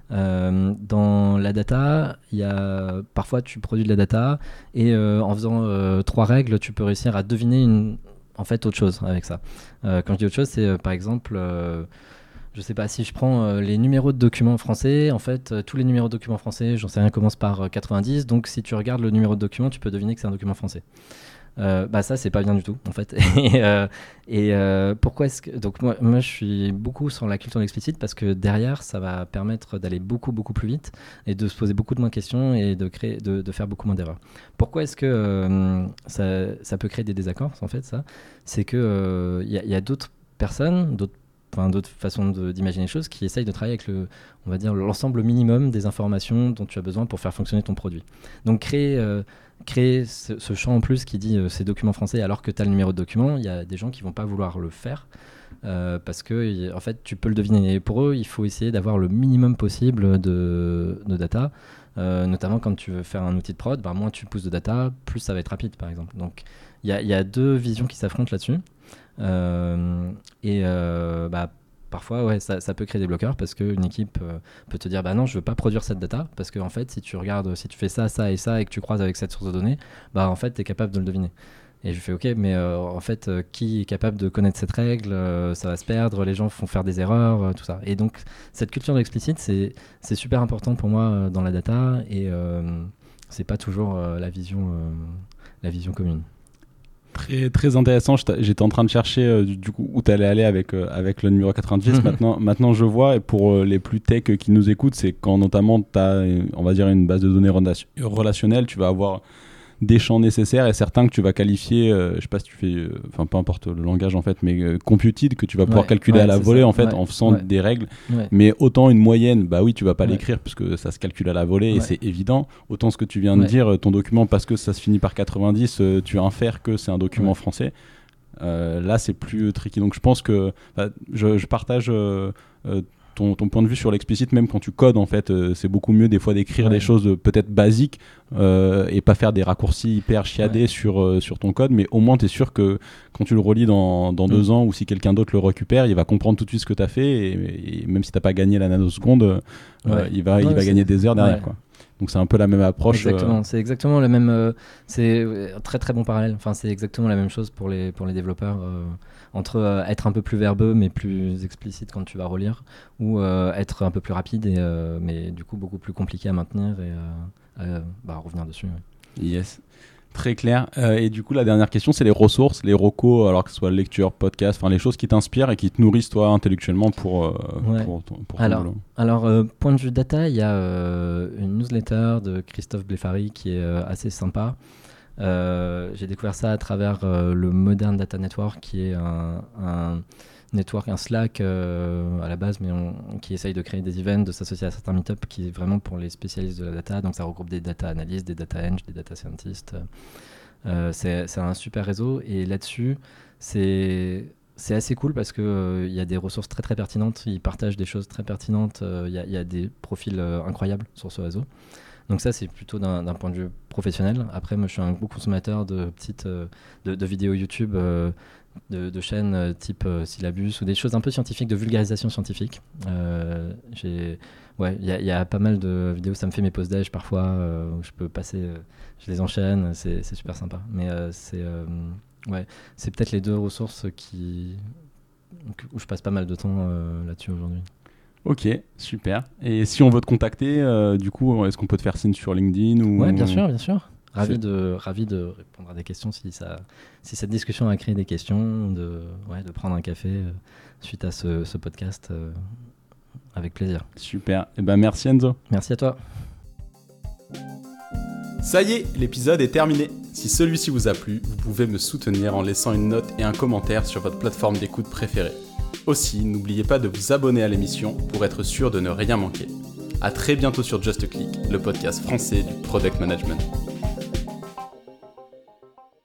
Euh, dans la data, y a, parfois tu produis de la data et euh, en faisant euh, trois règles, tu peux réussir à deviner une, en fait autre chose avec ça. Euh, quand je dis autre chose, c'est euh, par exemple... Euh, Je sais pas, si je prends euh, les numéros de documents français, en fait, euh, tous les numéros de documents français, j'en sais rien, commencent par euh, quatre-vingt-dix. Donc, si tu regardes le numéro de document, tu peux deviner que c'est un document français. Euh, bah ça, c'est pas bien du tout, en fait. et euh, et euh, pourquoi est-ce que... Donc, moi, moi, je suis beaucoup sur la culture explicite parce que derrière, ça va permettre d'aller beaucoup, beaucoup plus vite et de se poser beaucoup de moins de questions et de, créer, de, de faire beaucoup moins d'erreurs. Pourquoi est-ce que euh, ça, ça peut créer des désaccords, en fait, ça? C'est qu'il euh, y a, y a d'autres personnes, d'autres Enfin, d'autres façons de, d'imaginer les choses qui essayent de travailler avec le, on va dire, l'ensemble minimum des informations dont tu as besoin pour faire fonctionner ton produit. Donc créer, euh, créer ce, ce champ en plus qui dit euh, ces documents français alors que tu as le numéro de document, il y a des gens qui vont pas vouloir le faire euh, parce que en fait tu peux le deviner. Et pour eux, il faut essayer d'avoir le minimum possible de, de data. Euh, notamment quand tu veux faire un outil de prod, ben, moins tu pousses de data, plus ça va être rapide par exemple. Donc il y, y a deux visions qui s'affrontent là-dessus. Euh, et euh, bah, parfois ouais, ça, ça peut créer des bloqueurs parce qu'une équipe euh, peut te dire bah non je veux pas produire cette data parce que en fait si tu regardes si tu fais ça ça et ça et que tu croises avec cette source de données bah en fait tu es capable de le deviner. Et je fais ok mais euh, en fait euh, qui est capable de connaître cette règle, euh, ça va se perdre, les gens font faire des erreurs, euh, tout ça. Et donc cette culture de l'explicite c'est, c'est super important pour moi euh, dans la data et euh, c'est pas toujours euh, la vision euh, la vision commune. Très, très intéressant. J'étais en train de chercher euh, du, du coup où tu allais aller avec, euh, avec le numéro quatre-vingt-dix. Mm-hmm. Maintenant, maintenant, je vois. Et pour euh, les plus tech qui nous écoutent, c'est quand notamment tu as, on va dire, une base de données relationnelle, tu vas avoir des champs nécessaires et certains que tu vas qualifier, euh, je sais pas si tu fais, enfin euh, peu importe le langage en fait, mais euh, computed, que tu vas pouvoir ouais, calculer ouais, à la volée ça. en fait ouais, en faisant ouais. des règles. Ouais. Mais autant une moyenne, bah oui, tu vas pas ouais. l'écrire puisque ça se calcule à la volée ouais. et c'est évident. Autant ce que tu viens de ouais. dire, ton document, parce que ça se finit par quatre-vingt-dix, euh, tu infères que c'est un document ouais. français. Euh, là, c'est plus tricky. Donc je pense que bah, je, je partage. Euh, euh, ton, ton point de vue sur l'explicite, même quand tu codes, en fait, euh, c'est beaucoup mieux des fois d'écrire Ouais. des choses euh, peut-être basiques euh, et pas faire des raccourcis hyper chiadés Ouais. sur, euh, sur ton code, mais au moins tu es sûr que quand tu le relis dans, dans Mm. deux ans ou si quelqu'un d'autre le récupère, il va comprendre tout de suite ce que tu as fait et, et même si tu n'as pas gagné la nanoseconde, euh, Ouais. il va, Ouais, il va c'est- gagner des heures derrière. ouais. Quoi. Donc c'est un peu la même approche. Exactement, euh, c'est exactement la même. euh, c'est euh, un très très bon parallèle. Enfin, c'est exactement la même chose pour les pour les développeurs euh, entre euh, être un peu plus verbeux mais plus explicite quand tu vas relire, ou euh, être un peu plus rapide et euh, mais du coup beaucoup plus compliqué à maintenir et euh, à, bah, revenir dessus. Ouais. Yes. Très clair. Euh, et du coup, la dernière question, c'est les ressources, les recos, alors que ce soit lecture, podcast, enfin les choses qui t'inspirent et qui te nourrissent toi intellectuellement pour, euh, Ouais. pour, ton, pour ton Alors, boulot. alors euh, point de vue data, il y a euh, une newsletter de Christophe Blefari qui est euh, assez sympa. Euh, j'ai découvert ça à travers euh, le Modern Data Network, qui est un, un network, un Slack euh, à la base, mais on, qui essaye de créer des events, de s'associer à certains meet-up, qui est vraiment pour les spécialistes de la data. Donc ça regroupe des data analysts, des data eng, des data scientists. Euh, c'est, c'est un super réseau, et là-dessus, c'est... C'est assez cool parce qu'il euh, y a des ressources très très pertinentes, ils partagent des choses très pertinentes, il euh, y, y a des profils euh, incroyables sur ce réseau. Donc ça, c'est plutôt d'un, d'un point de vue professionnel. Après, moi, je suis un gros consommateur de petites euh, de, de vidéos YouTube, euh, de, de chaînes euh, type euh, Syllabus, ou des choses un peu scientifiques, de vulgarisation scientifique. Euh, j'ai, ouais, il y, y a pas mal de vidéos, ça me fait mes pauses déj parfois, euh, où je peux passer, euh, je les enchaîne, c'est, c'est super sympa. Mais euh, c'est, euh, ouais, c'est peut-être les deux ressources qui, où je passe pas mal de temps euh, là-dessus aujourd'hui. Ok, super. Et si on veut te contacter, euh, du coup, est-ce qu'on peut te faire signe sur LinkedIn ou... Ouais, bien sûr, bien sûr. Ravi C'est- de, ravi de répondre à des questions si, ça, si cette discussion a créé des questions, de, ouais, de prendre un café euh, suite à ce, ce podcast, euh, avec plaisir. Super. Et ben merci Enzo. Merci à toi. Ça y est, l'épisode est terminé. Si celui-ci vous a plu, vous pouvez me soutenir en laissant une note et un commentaire sur votre plateforme d'écoute préférée. Aussi, n'oubliez pas de vous abonner à l'émission pour être sûr de ne rien manquer. À très bientôt sur Just a Click, le podcast français du Product Management.